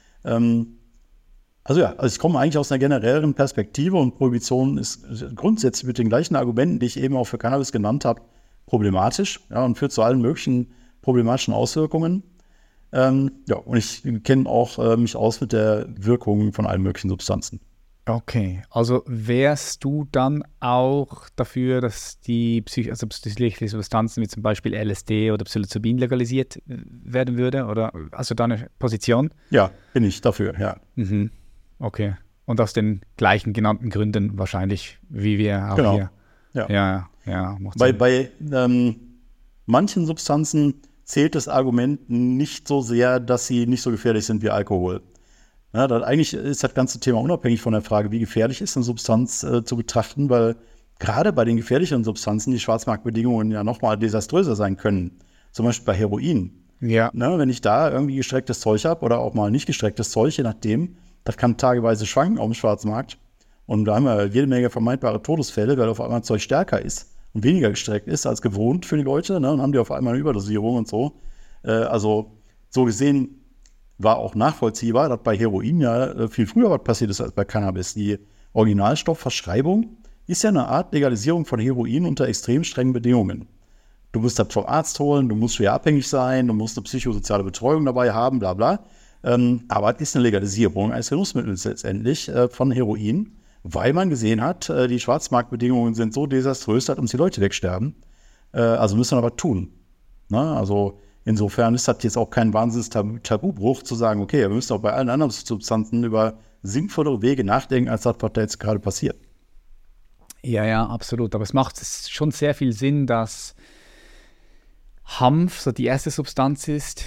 S1: Also ich komme eigentlich aus einer generelleren Perspektive und Prohibition ist grundsätzlich mit den gleichen Argumenten, die ich eben auch für Cannabis genannt habe, problematisch, ja, und führt zu allen möglichen problematischen Auswirkungen. Und ich kenne auch mich aus mit der Wirkung von allen möglichen Substanzen.
S2: Okay, also wärst du dann auch dafür, dass die psychedelische Substanzen wie zum Beispiel LSD oder Psilocybin legalisiert werden würde? Oder hast du da eine Position?
S1: Ja, bin ich dafür, ja.
S2: Mhm. Okay, und aus den gleichen genannten Gründen wahrscheinlich, wie wir auch
S1: genau.
S2: Hier. Ja. Ja, macht
S1: Sinn.
S2: Sinn.
S1: Bei manchen Substanzen zählt das Argument nicht so sehr, dass sie nicht so gefährlich sind wie Alkohol. Ja, eigentlich ist das ganze Thema unabhängig von der Frage, wie gefährlich ist eine Substanz zu betrachten, weil gerade bei den gefährlicheren Substanzen die Schwarzmarktbedingungen ja nochmal desaströser sein können. Zum Beispiel bei Heroin.
S2: Ja.
S1: Ne, wenn ich da irgendwie gestrecktes Zeug habe oder auch mal nicht gestrecktes Zeug, je nachdem, das kann tageweise schwanken auf dem Schwarzmarkt. Und da haben wir jede Menge vermeidbare Todesfälle, weil auf einmal Zeug stärker ist und weniger gestreckt ist als gewohnt für die Leute. Ne, und haben die auf einmal eine Überdosierung und so. Also so gesehen war auch nachvollziehbar, dass bei Heroin ja viel früher was passiert ist als bei Cannabis. Die Originalstoffverschreibung ist ja eine Art Legalisierung von Heroin unter extrem strengen Bedingungen. Du musst das vom Arzt holen, du musst schwer abhängig sein, du musst eine psychosoziale Betreuung dabei haben, bla bla. Aber es ist eine Legalisierung eines Genussmittels letztendlich von Heroin, weil man gesehen hat, die Schwarzmarktbedingungen sind so desaströs, dass uns die Leute wegsterben. Also müssen wir was tun. Na, also insofern ist das jetzt auch kein Wahnsinns-Tabubruch zu sagen, okay, wir müssen auch bei allen anderen Substanzen über sinnvollere Wege nachdenken, als das, was da jetzt gerade passiert.
S2: Ja, absolut. Aber es macht schon sehr viel Sinn, dass Hanf so die erste Substanz ist,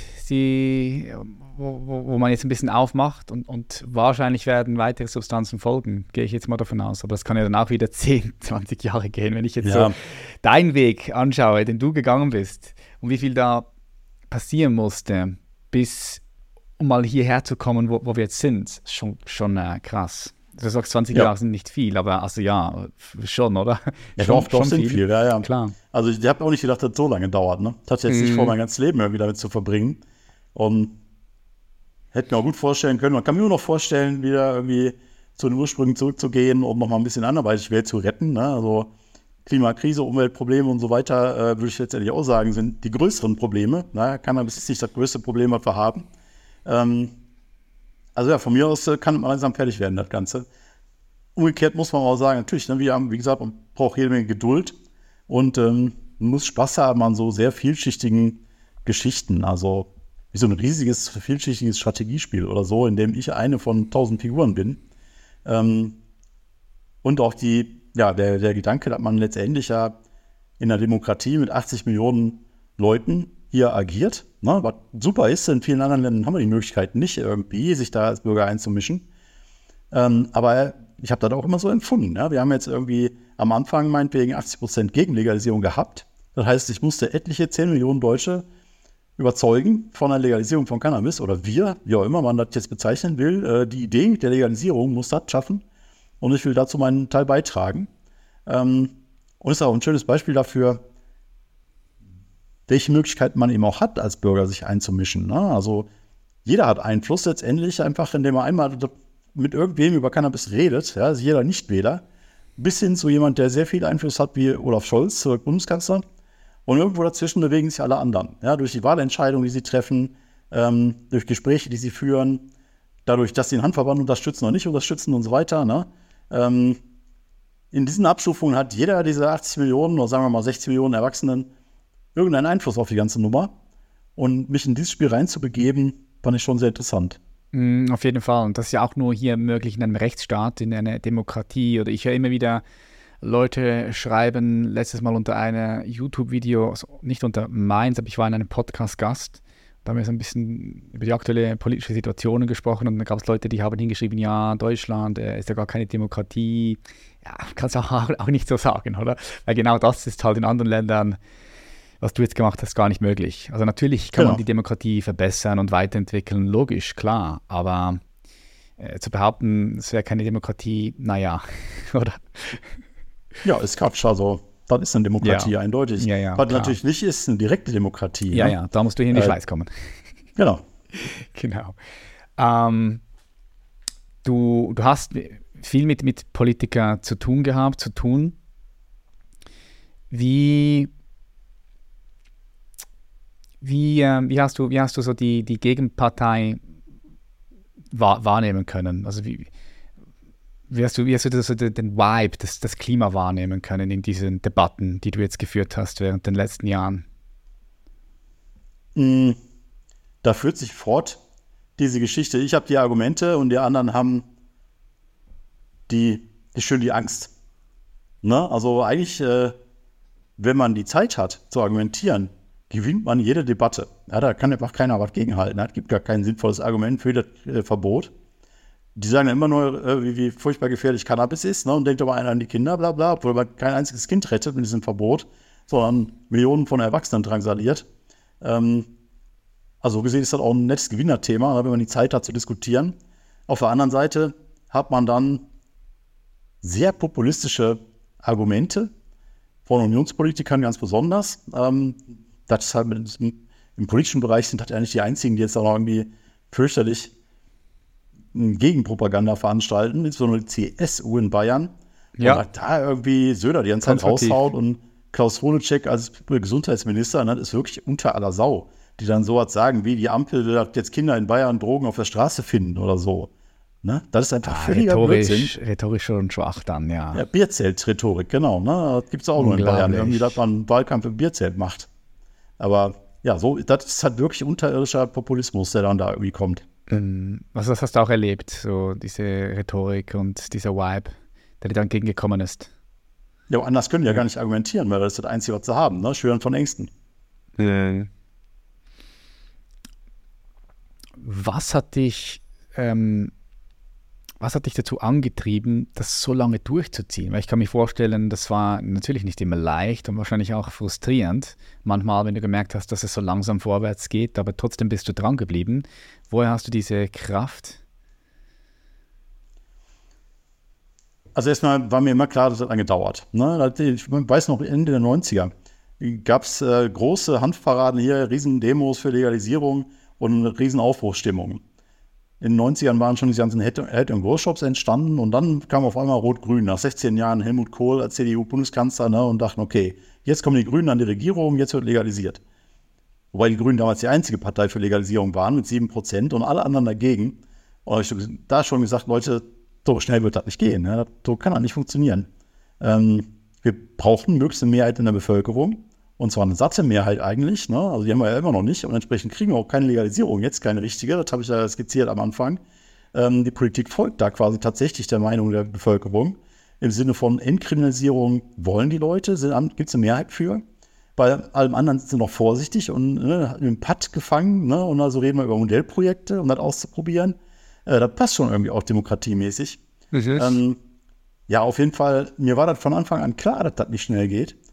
S2: wo man jetzt ein bisschen aufmacht und wahrscheinlich werden weitere Substanzen folgen, gehe ich jetzt mal davon aus. Aber das kann ja dann auch wieder 10, 20 Jahre gehen, wenn ich jetzt so deinen Weg anschaue, den du gegangen bist und wie viel da passieren musste, um mal hierher zu kommen, wo wir jetzt sind. Schon krass. Du sagst, 20 Jahre sind nicht viel, aber also ja, schon, oder?
S1: Ja, doch sind viel, ja.
S2: Klar.
S1: Also ich habe auch nicht gedacht, dass das so lange dauert, ne? Ich hatte jetzt nicht vor, mein ganzes Leben irgendwie damit zu verbringen. Und hätte mir auch gut vorstellen können, man kann mir nur noch vorstellen, wieder irgendwie zu den Ursprüngen zurückzugehen, um nochmal ein bisschen anderweitig die Welt zu retten, ne? Also Klimakrise, Umweltprobleme und so weiter, würde ich letztendlich auch sagen, sind die größeren Probleme. Cannabis ist nicht das größte Problem, was wir haben. Also ja, von mir aus kann man langsam fertig werden, das Ganze. Umgekehrt muss man auch sagen, natürlich, ne, wie gesagt, man braucht jede Menge Geduld und man muss Spaß haben an so sehr vielschichtigen Geschichten. Also wie so ein riesiges, vielschichtiges Strategiespiel oder so, in dem ich eine von 1000 Figuren bin. Und auch der Gedanke, dass man letztendlich ja in einer Demokratie mit 80 Millionen Leuten hier agiert, ne, was super ist. In vielen anderen Ländern haben wir die Möglichkeit nicht irgendwie, sich da als Bürger einzumischen. Aber ich habe das auch immer so empfunden. Ja. Wir haben jetzt irgendwie am Anfang meinetwegen 80% Gegenlegalisierung gehabt. Das heißt, ich musste etliche 10 Millionen Deutsche überzeugen von der Legalisierung von Cannabis oder wir, wie auch immer man das jetzt bezeichnen will, die Idee der Legalisierung muss das schaffen und ich will dazu meinen Teil beitragen. Und ist auch ein schönes Beispiel dafür, welche Möglichkeiten man eben auch hat, als Bürger sich einzumischen. Ne? Also jeder hat Einfluss letztendlich, einfach indem er einmal mit irgendwem über Cannabis redet, ja, also jeder Nichtwähler, bis hin zu jemand, der sehr viel Einfluss hat, wie Olaf Scholz, Bundeskanzler. Und irgendwo dazwischen bewegen sich alle anderen. Ja, durch die Wahlentscheidungen, die sie treffen, durch Gespräche, die sie führen, dadurch, dass sie den Handverband unterstützen oder nicht unterstützen und so weiter. Ne? In diesen Abstufungen hat jeder dieser 80 Millionen oder sagen wir mal 60 Millionen Erwachsenen irgendeinen Einfluss auf die ganze Nummer. Und mich in dieses Spiel reinzubegeben, fand ich schon sehr interessant.
S2: Auf jeden Fall. Und das ist ja auch nur hier möglich in einem Rechtsstaat, in einer Demokratie. Oder ich höre immer wieder Leute schreiben, letztes Mal unter einem YouTube-Video, also nicht unter meins, aber ich war in einem Podcast-Gast, da haben wir so ein bisschen über die aktuelle politische Situation gesprochen und dann gab es Leute, die haben hingeschrieben, ja, Deutschland ist ja gar keine Demokratie. Ja, kannst du auch nicht so sagen, oder? Weil genau das ist halt in anderen Ländern, was du jetzt gemacht hast, gar nicht möglich. Also natürlich kann man die Demokratie verbessern und weiterentwickeln, logisch, klar, aber zu behaupten, es wäre keine Demokratie, naja, oder?
S1: Ja, ist Quatsch, also das ist eine Demokratie eindeutig.
S2: Ja,
S1: was natürlich nicht ist, eine direkte Demokratie.
S2: Ja, da musst du hier in die Schweiz kommen.
S1: Genau.
S2: Genau. Du hast viel mit Politikern zu tun gehabt, Wie hast du so die Gegenpartei wahrnehmen können? Also wie hast du den Vibe, das Klima wahrnehmen können in diesen Debatten, die du jetzt geführt hast während den letzten Jahren?
S1: Da führt sich fort diese Geschichte. Ich habe die Argumente und die anderen haben die Angst. Ne? Also eigentlich, wenn man die Zeit hat zu argumentieren, gewinnt man jede Debatte. Ja, da kann einfach keiner was gegenhalten. Es gibt gar kein sinnvolles Argument für das Verbot. Die sagen immer nur, wie furchtbar gefährlich Cannabis ist, ne? Und denkt aber einer an die Kinder, bla bla, obwohl man kein einziges Kind rettet mit diesem Verbot, sondern Millionen von Erwachsenen drangsaliert. Also gesehen ist das auch ein nettes Gewinnerthema, wenn man die Zeit hat zu diskutieren. Auf der anderen Seite hat man dann sehr populistische Argumente von Unionspolitikern ganz besonders. Das ist halt im politischen Bereich sind halt ja nicht die einzigen, die jetzt auch noch irgendwie fürchterlich Gegenpropaganda veranstalten, insbesondere die CSU in Bayern. Ja. Und da irgendwie Söder die ganze Zeit raushaut und Klaus Hohnecek als Gesundheitsminister, das ist wirklich unter aller Sau, die dann sowas sagen, wie die Ampel dass jetzt Kinder in Bayern Drogen auf der Straße finden oder so. Ne? Das ist einfach völliger Blödsinn.
S2: Rhetorisch schon schwach dann, ja.
S1: Ja, Bierzelt-Rhetorik, genau. Ne? Das gibt es auch nur in Bayern, irgendwie, dass man einen Wahlkampf im Bierzelt macht. Aber ja, so, das ist halt wirklich unterirdischer Populismus, der dann da irgendwie kommt.
S2: Also das hast du auch erlebt, so diese Rhetorik und dieser Vibe, der dir dann entgegengekommen ist.
S1: Ja, anders können die ja gar nicht argumentieren, weil das ist das Einzige, was sie haben, ne? Schüren von Ängsten.
S2: Was hat dich dazu angetrieben, das so lange durchzuziehen? Weil ich kann mir vorstellen, das war natürlich nicht immer leicht und wahrscheinlich auch frustrierend. Manchmal, wenn du gemerkt hast, dass es so langsam vorwärts geht, aber trotzdem bist du dran geblieben. Woher hast du diese Kraft?
S1: Also erstmal war mir immer klar, dass das lange dauert. Ne? Ich weiß noch, Ende der 90er gab es große Hanfparaden hier, riesen Demos für Legalisierung und riesen Aufbruchsstimmungen. In den 90ern waren schon die ganzen Head- und Grow-Shops entstanden und dann kam auf einmal Rot-Grün. Nach 16 Jahren Helmut Kohl als CDU-Bundeskanzler, ne, und dachten, okay, jetzt kommen die Grünen an die Regierung, jetzt wird legalisiert. Wobei die Grünen damals die einzige Partei für Legalisierung waren mit 7% und alle anderen dagegen. Und ich habe da schon gesagt, Leute, so schnell wird das nicht gehen. Ne? So kann das nicht funktionieren. Wir brauchen möglichst eine Mehrheit in der Bevölkerung. Und zwar eine satte Mehrheit eigentlich. Ne? Also die haben wir ja immer noch nicht. Und entsprechend kriegen wir auch keine Legalisierung. Jetzt keine richtige. Das habe ich ja skizziert am Anfang. Die Politik folgt da quasi tatsächlich der Meinung der Bevölkerung. Im Sinne von Entkriminalisierung wollen die Leute. Gibt es eine Mehrheit für. Bei allem anderen sind sie noch vorsichtig und im Patt gefangen. Ne? Und also reden wir über Modellprojekte, um das auszuprobieren. Das passt schon irgendwie auch demokratiemäßig. Ja, auf jeden Fall, mir war das von Anfang an klar, dass das nicht schnell geht.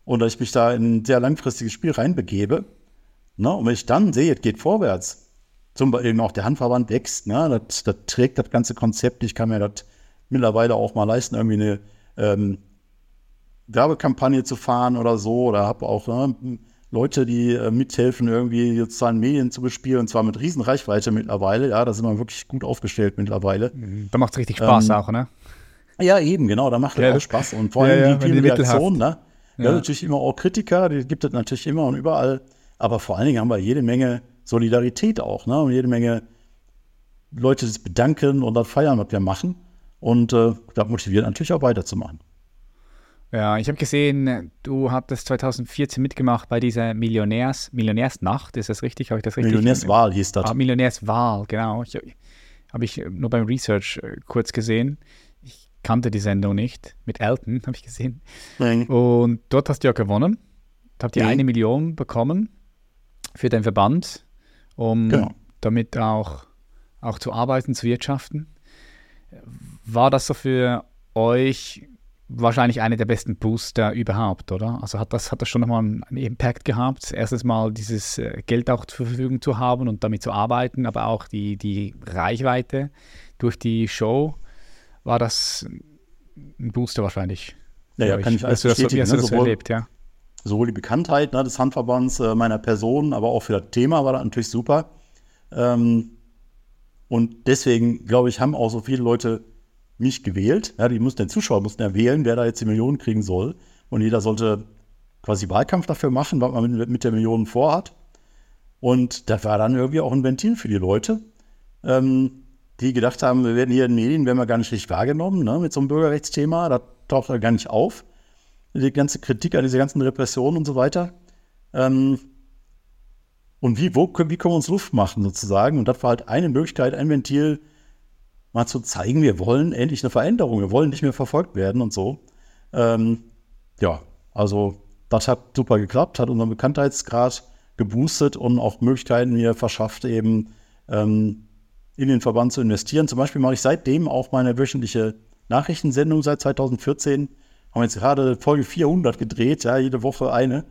S1: und dass ich mich da in ein sehr langfristiges Spiel reinbegebe. Ne? Und wenn ich dann sehe, es geht vorwärts, zum Beispiel eben auch der Handverband wächst, ne? Das trägt das ganze Konzept. Ich kann mir das mittlerweile auch mal leisten, irgendwie eine Werbekampagne zu fahren oder so, oder habe auch Leute, die mithelfen, irgendwie die sozialen Medien zu bespielen, und zwar mit riesen Reichweite mittlerweile. Ja, da sind wir wirklich gut aufgestellt mittlerweile.
S2: Da macht es richtig Spaß auch, ne?
S1: Ja, eben, genau, da macht es auch Spaß. Und vor allem die vielen Reaktionen, ne? Ja, natürlich immer auch Kritiker, die gibt es natürlich immer und überall. Aber vor allen Dingen haben wir jede Menge Solidarität auch, ne? Und jede Menge Leute, die sich bedanken und dann feiern, was wir machen. Und das motiviert natürlich auch weiterzumachen.
S2: Ja, ich habe gesehen, du hattest 2014 mitgemacht bei dieser Millionärsnacht, ist das richtig? Habe ich das richtig?
S1: Millionärswahl hieß das.
S2: Millionärswahl, genau. Habe ich nur beim Research kurz gesehen. Ich kannte die Sendung nicht. Mit Elton habe ich gesehen.
S1: Mhm.
S2: Und dort hast du ja gewonnen. Da habt ihr 1 Million bekommen für deinen Verband, um damit auch zu arbeiten, zu wirtschaften. War das so für euch wahrscheinlich einer der besten Booster überhaupt, oder? Also hat das schon nochmal einen Impact gehabt, erstes Mal dieses Geld auch zur Verfügung zu haben und damit zu arbeiten, aber auch die Reichweite durch die Show, war das ein Booster wahrscheinlich?
S1: Ja, kann ich alles bestätigen.
S2: Wie hast du das erlebt, ja?
S1: Sowohl die Bekanntheit des Handverbands, meiner Person, aber auch für das Thema war das natürlich super. Und deswegen, glaube ich, haben auch so viele Leute mich gewählt. Ja, die Zuschauer mussten ja wählen, wer da jetzt die Millionen kriegen soll. Und jeder sollte quasi Wahlkampf dafür machen, was man mit der Million vorhat. Und das war dann irgendwie auch ein Ventil für die Leute, die gedacht haben, wir werden hier in den Medien, werden wir gar nicht richtig wahrgenommen, ne, mit so einem Bürgerrechtsthema. Das taucht ja gar nicht auf. Die ganze Kritik an diese ganzen Repressionen und so weiter. Und wie können wir uns Luft machen sozusagen? Und das war halt eine Möglichkeit, ein Ventil, mal zu zeigen, wir wollen endlich eine Veränderung, wir wollen nicht mehr verfolgt werden und so. Also das hat super geklappt, hat unseren Bekanntheitsgrad geboostet und auch Möglichkeiten mir verschafft, eben in den Verband zu investieren. Zum Beispiel mache ich seitdem auch meine wöchentliche Nachrichtensendung seit 2014. Haben wir jetzt gerade Folge 400 gedreht, ja, jede Woche eine.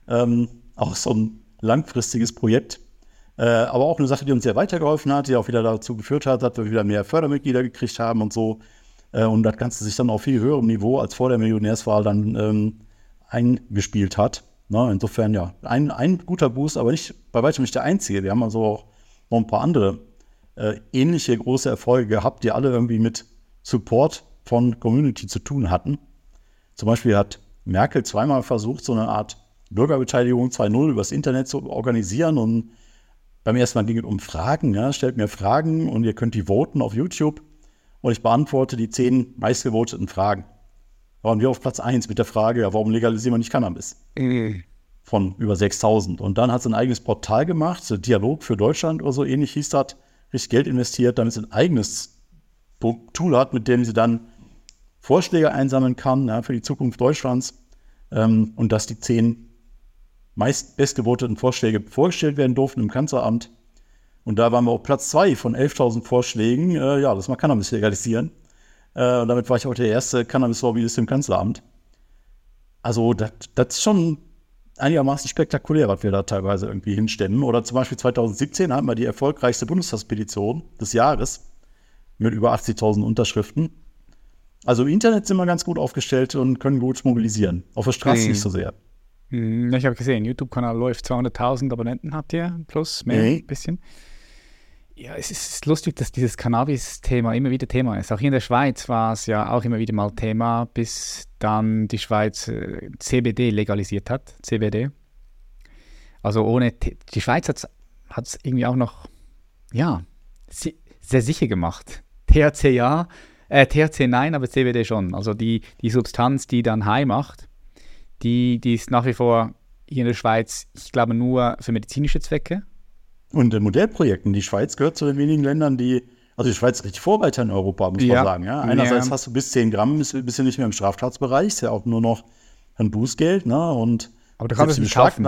S1: Auch so ein langfristiges Projekt. Aber auch eine Sache, die uns sehr weitergeholfen hat, die auch wieder dazu geführt hat, dass wir wieder mehr Fördermitglieder gekriegt haben und so. Und das Ganze sich dann auf viel höherem Niveau als vor der Millionärswahl dann eingespielt hat. Ne? Insofern ja, ein guter Boost, aber bei weitem nicht der einzige. Wir haben also auch noch ein paar andere ähnliche große Erfolge gehabt, die alle irgendwie mit Support von Community zu tun hatten. Zum Beispiel hat Merkel zweimal versucht, so eine Art Bürgerbeteiligung 2.0 übers Internet zu organisieren, und beim ersten Mal ging es um Fragen, ja, stellt mir Fragen und ihr könnt die voten auf YouTube und ich beantworte die 10 meistgevoteten Fragen. Da waren wir auf Platz 1 mit der Frage, ja, warum legalisieren wir nicht Cannabis? Von über 6.000. Und dann hat sie ein eigenes Portal gemacht, so Dialog für Deutschland oder so ähnlich hieß das, richtig Geld investiert, damit sie ein eigenes Tool hat, mit dem sie dann Vorschläge einsammeln kann, ja, für die Zukunft Deutschlands, und dass die 10 bestgevoteten Vorschläge vorgestellt werden durften im Kanzleramt. Und da waren wir auf Platz 2 von 11.000 Vorschlägen, dass man Cannabis legalisieren. Und damit war ich auch der erste Cannabis-Lobbyist im Kanzleramt. Also das ist schon einigermaßen spektakulär, was wir da teilweise irgendwie hinstemmen. Oder zum Beispiel 2017 hatten wir die erfolgreichste Bundestagspetition des Jahres mit über 80.000 Unterschriften. Also im Internet sind wir ganz gut aufgestellt und können gut mobilisieren. Auf der Straße nicht so sehr.
S2: Ich habe gesehen, YouTube-Kanal läuft, 200.000 Abonnenten habt ihr, plus, mehr, ein bisschen. Ja, es ist lustig, dass dieses Cannabis-Thema immer wieder Thema ist. Auch hier in der Schweiz war es ja auch immer wieder mal Thema, bis dann die Schweiz CBD legalisiert hat, CBD. Also die Schweiz hat es irgendwie auch noch, ja, sehr sicher gemacht. THC ja, THC nein, aber CBD schon. Also die Substanz, die dann high macht, die ist nach wie vor hier in der Schweiz, ich glaube, nur für medizinische Zwecke.
S1: Und in Modellprojekten. Die Schweiz gehört zu den wenigen Ländern, die Schweiz ist richtig Vorreiter in Europa, muss man sagen. Ja? Einerseits hast du bis 10 Gramm, bist du nicht mehr im Straftatsbereich, ist ja auch nur noch ein Bußgeld. Ne?
S2: Aber da kannst du es kaufen.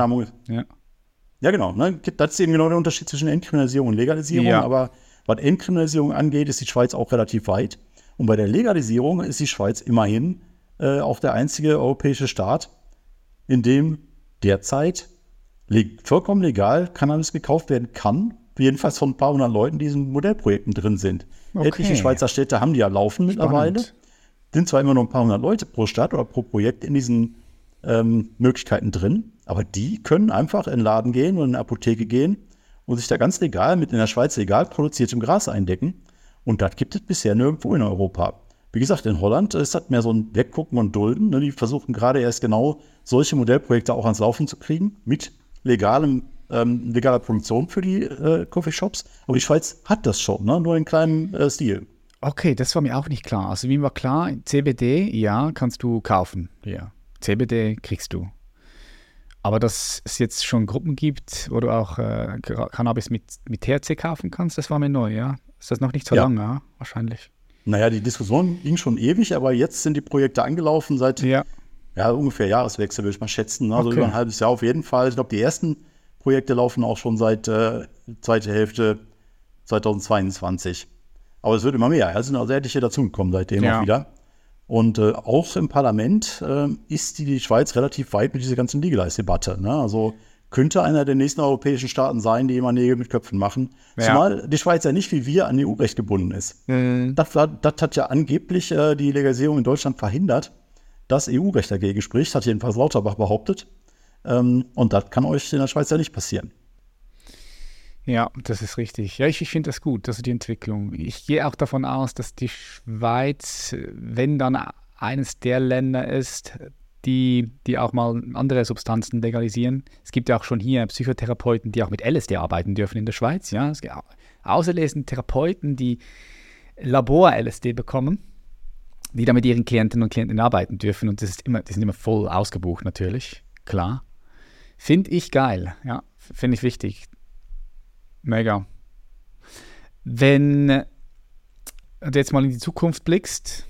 S1: Ja, genau. Ne? Das ist eben genau der Unterschied zwischen Entkriminalisierung und Legalisierung. Ja. Aber was Entkriminalisierung angeht, ist die Schweiz auch relativ weit. Und bei der Legalisierung ist die Schweiz immerhin auch der einzige europäische Staat, in dem derzeit vollkommen legal Cannabis gekauft werden kann, jedenfalls von ein paar hundert Leuten, die in diesen Modellprojekten drin sind.
S2: Okay.
S1: Etliche Schweizer Städte haben die ja laufen mittlerweile.
S2: Spannend.
S1: Sind zwar immer nur ein paar hundert Leute pro Stadt oder pro Projekt in diesen Möglichkeiten drin, aber die können einfach in den Laden gehen oder in eine Apotheke gehen und sich da ganz legal mit in der Schweiz legal produziertem Gras eindecken. Und das gibt es bisher nirgendwo in Europa. Wie gesagt, in Holland ist das mehr so ein Weggucken und Dulden. Ne? Die versuchen gerade erst genau solche Modellprojekte auch ans Laufen zu kriegen mit legaler Produktion für die Coffeeshops. Aber die Schweiz hat das schon, ne? Nur in kleinem Stil.
S2: Okay, das war mir auch nicht klar. Also mir war klar, CBD, ja, kannst du kaufen. Ja, CBD kriegst du. Aber dass es jetzt schon Gruppen gibt, wo du auch Cannabis mit THC kaufen kannst, das war mir neu, ja. Ist das noch nicht so lange, ja? Wahrscheinlich.
S1: Naja, die Diskussion ging schon ewig, aber jetzt sind die Projekte angelaufen seit ungefähr Jahreswechsel, würde ich mal schätzen. Ne? Also über ein halbes Jahr auf jeden Fall. Ich glaube, die ersten Projekte laufen auch schon seit zweite Hälfte 2022. Aber es wird immer mehr. Es sind also etliche dazugekommen seitdem auch wieder. Und auch im Parlament ist die Schweiz relativ weit mit dieser ganzen Legalize-Debatte. Ne? Also könnte einer der nächsten europäischen Staaten sein, die immer Nägel mit Köpfen machen. Ja. Zumal die Schweiz ja nicht wie wir an EU-Recht gebunden ist. Das hat ja angeblich die Legalisierung in Deutschland verhindert, dass EU-Recht dagegen spricht, hat jedenfalls Lauterbach behauptet. Und das kann euch in der Schweiz ja nicht passieren.
S2: Ja, das ist richtig. Ja, ich finde das gut, also die Entwicklung. Ich gehe auch davon aus, dass die Schweiz, wenn dann eines der Länder ist, die auch mal andere Substanzen legalisieren. Es gibt ja auch schon hier Psychotherapeuten, die auch mit LSD arbeiten dürfen in der Schweiz. Ja, es gibt auserlesene Therapeuten, die Labor-LSD bekommen, die da mit ihren Klientinnen und Klienten arbeiten dürfen. Und die sind immer voll ausgebucht natürlich, klar. Finde ich geil, ja, finde ich wichtig. Mega. Wenn du jetzt mal in die Zukunft blickst,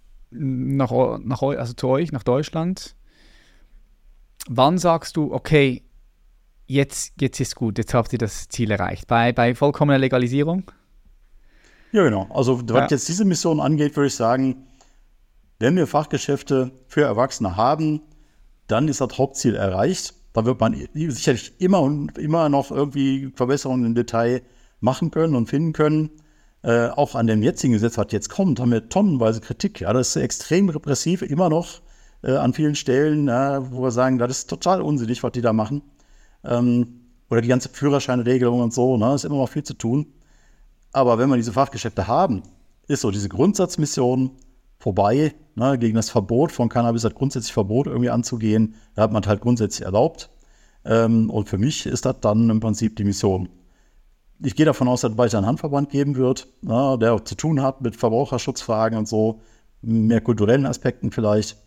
S2: also zu euch, nach Deutschland, wann sagst du, okay, jetzt ist gut, jetzt habt ihr das Ziel erreicht? Bei vollkommener Legalisierung?
S1: Ja, genau. Also was jetzt diese Mission angeht, würde ich sagen, wenn wir Fachgeschäfte für Erwachsene haben, dann ist das Hauptziel erreicht. Da wird man sicherlich immer noch irgendwie Verbesserungen im Detail machen können und finden können. Auch an dem jetzigen Gesetz, was jetzt kommt, haben wir tonnenweise Kritik. Ja, das ist extrem repressiv, immer noch an vielen Stellen, wo wir sagen, das ist total unsinnig, was die da machen. Oder die ganze Führerscheinregelung und so, ist immer noch viel zu tun. Aber wenn wir diese Fachgeschäfte haben, ist so diese Grundsatzmission vorbei, gegen das Verbot von Cannabis, das grundsätzlich Verbot irgendwie anzugehen. Da hat man halt grundsätzlich erlaubt. Und für mich ist das dann im Prinzip die Mission. Ich gehe davon aus, dass es weiter einen Handverband geben wird, der auch zu tun hat mit Verbraucherschutzfragen und so, mehr kulturellen Aspekten vielleicht.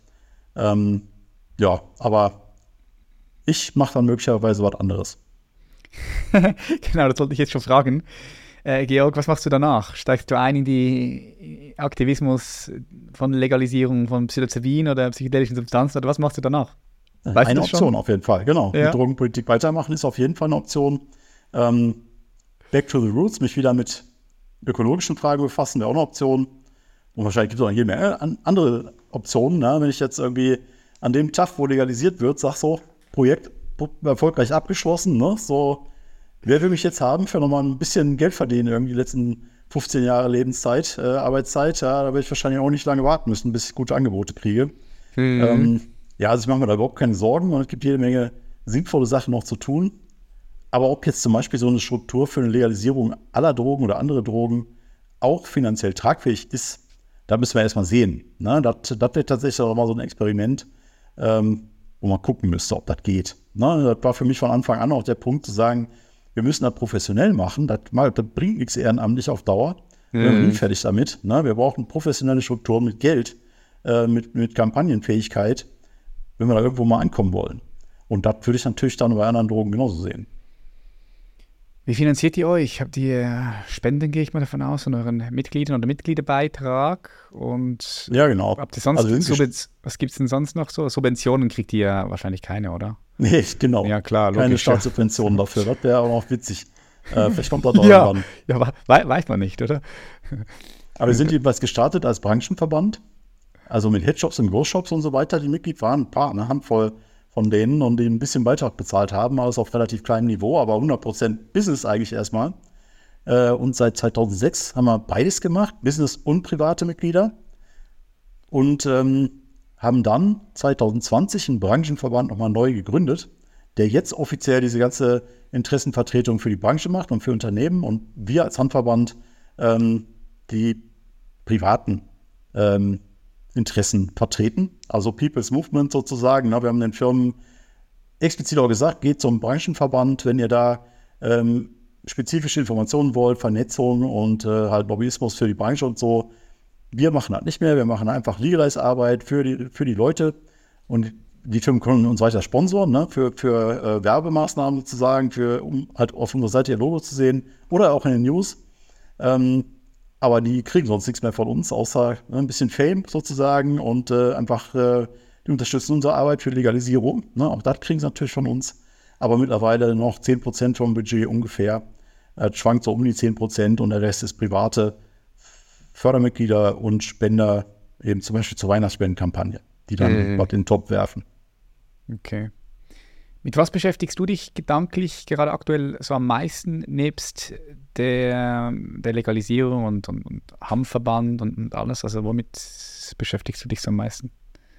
S1: Aber ich mache dann möglicherweise was anderes.
S2: Genau, das wollte ich jetzt schon fragen. Georg, was machst du danach? Steigst du ein in die Aktivismus von Legalisierung von Psilocybin oder psychedelischen Substanzen oder was machst du danach?
S1: Weißt eine Option auf jeden Fall, genau. Ja. Die Drogenpolitik weitermachen ist auf jeden Fall eine Option. Back to the roots, mich wieder mit ökologischen Fragen befassen, wäre auch eine Option. Und wahrscheinlich gibt es auch noch jede Menge andere Optionen. Wenn ich jetzt irgendwie an dem Tag, wo legalisiert wird, sage so, Projekt erfolgreich abgeschlossen, so, wer will mich jetzt haben für nochmal ein bisschen Geld verdienen, irgendwie die letzten 15 Jahre Lebenszeit, Arbeitszeit, da werde ich wahrscheinlich auch nicht lange warten müssen, bis ich gute Angebote kriege. Also ich mache mir da überhaupt keine Sorgen und es gibt jede Menge sinnvolle Sachen noch zu tun. Aber ob jetzt zum Beispiel so eine Struktur für eine Legalisierung aller Drogen oder andere Drogen auch finanziell tragfähig ist, da müssen wir erstmal sehen. Das wird tatsächlich auch mal so ein Experiment, wo man gucken müsste, ob das geht. Das war für mich von Anfang an auch der Punkt zu sagen, wir müssen das professionell machen. Das bringt nichts ehrenamtlich auf Dauer. Wir sind nie fertig damit. Wir brauchen professionelle Strukturen mit Geld, mit Kampagnenfähigkeit, wenn wir da irgendwo mal ankommen wollen. Und das würde ich natürlich dann bei anderen Drogen genauso sehen.
S2: Wie finanziert ihr euch? Habt ihr Spenden, gehe ich mal davon aus, von euren Mitgliedern oder Mitgliederbeitrag? Und
S1: ja, genau.
S2: Habt ihr sonst was gibt es denn sonst noch so? Subventionen kriegt ihr wahrscheinlich keine, oder?
S1: Nee, genau.
S2: Ja, klar, logisch.
S1: Keine Staatssubventionen dafür. Das wäre auch noch witzig. Vielleicht kommt das auch irgendwann.
S2: Ja, weiß man nicht, oder?
S1: Aber wir sind jedenfalls gestartet als Branchenverband. Also mit Headshops und Großshops und so weiter, die Mitglied waren ein paar, eine Handvoll von denen und die ein bisschen Beitrag bezahlt haben, alles auf relativ kleinem Niveau, aber 100% Business eigentlich erstmal. Und seit 2006 haben wir beides gemacht, Business und private Mitglieder. Und haben dann 2020 einen Branchenverband nochmal neu gegründet, der jetzt offiziell diese ganze Interessenvertretung für die Branche macht und für Unternehmen. Und wir als Handverband die privaten Interessen vertreten, also People's Movement sozusagen. Wir haben den Firmen explizit auch gesagt, geht zum Branchenverband, wenn ihr da spezifische Informationen wollt, Vernetzung und halt Lobbyismus für die Branche und so. Wir machen das nicht mehr, wir machen einfach Legalize-Arbeit für die Leute und die Firmen können uns weiter sponsoren, ne, für Werbemaßnahmen sozusagen, um halt auf unserer Seite ihr Logo zu sehen oder auch in den News. Aber die kriegen sonst nichts mehr von uns, außer ein bisschen Fame sozusagen und einfach die unterstützen unsere Arbeit für Legalisierung. Ne? Auch das kriegen sie natürlich von uns. Aber mittlerweile noch 10% vom Budget ungefähr. Schwankt so um die 10% und der Rest ist private Fördermitglieder und Spender, eben zum Beispiel zur Weihnachtsspendenkampagne, die dann dort in den Topf werfen.
S2: Okay. Mit was beschäftigst du dich gedanklich gerade aktuell so am meisten, nebst der Legalisierung und Hanfverband und alles? Also womit beschäftigst du dich so am meisten?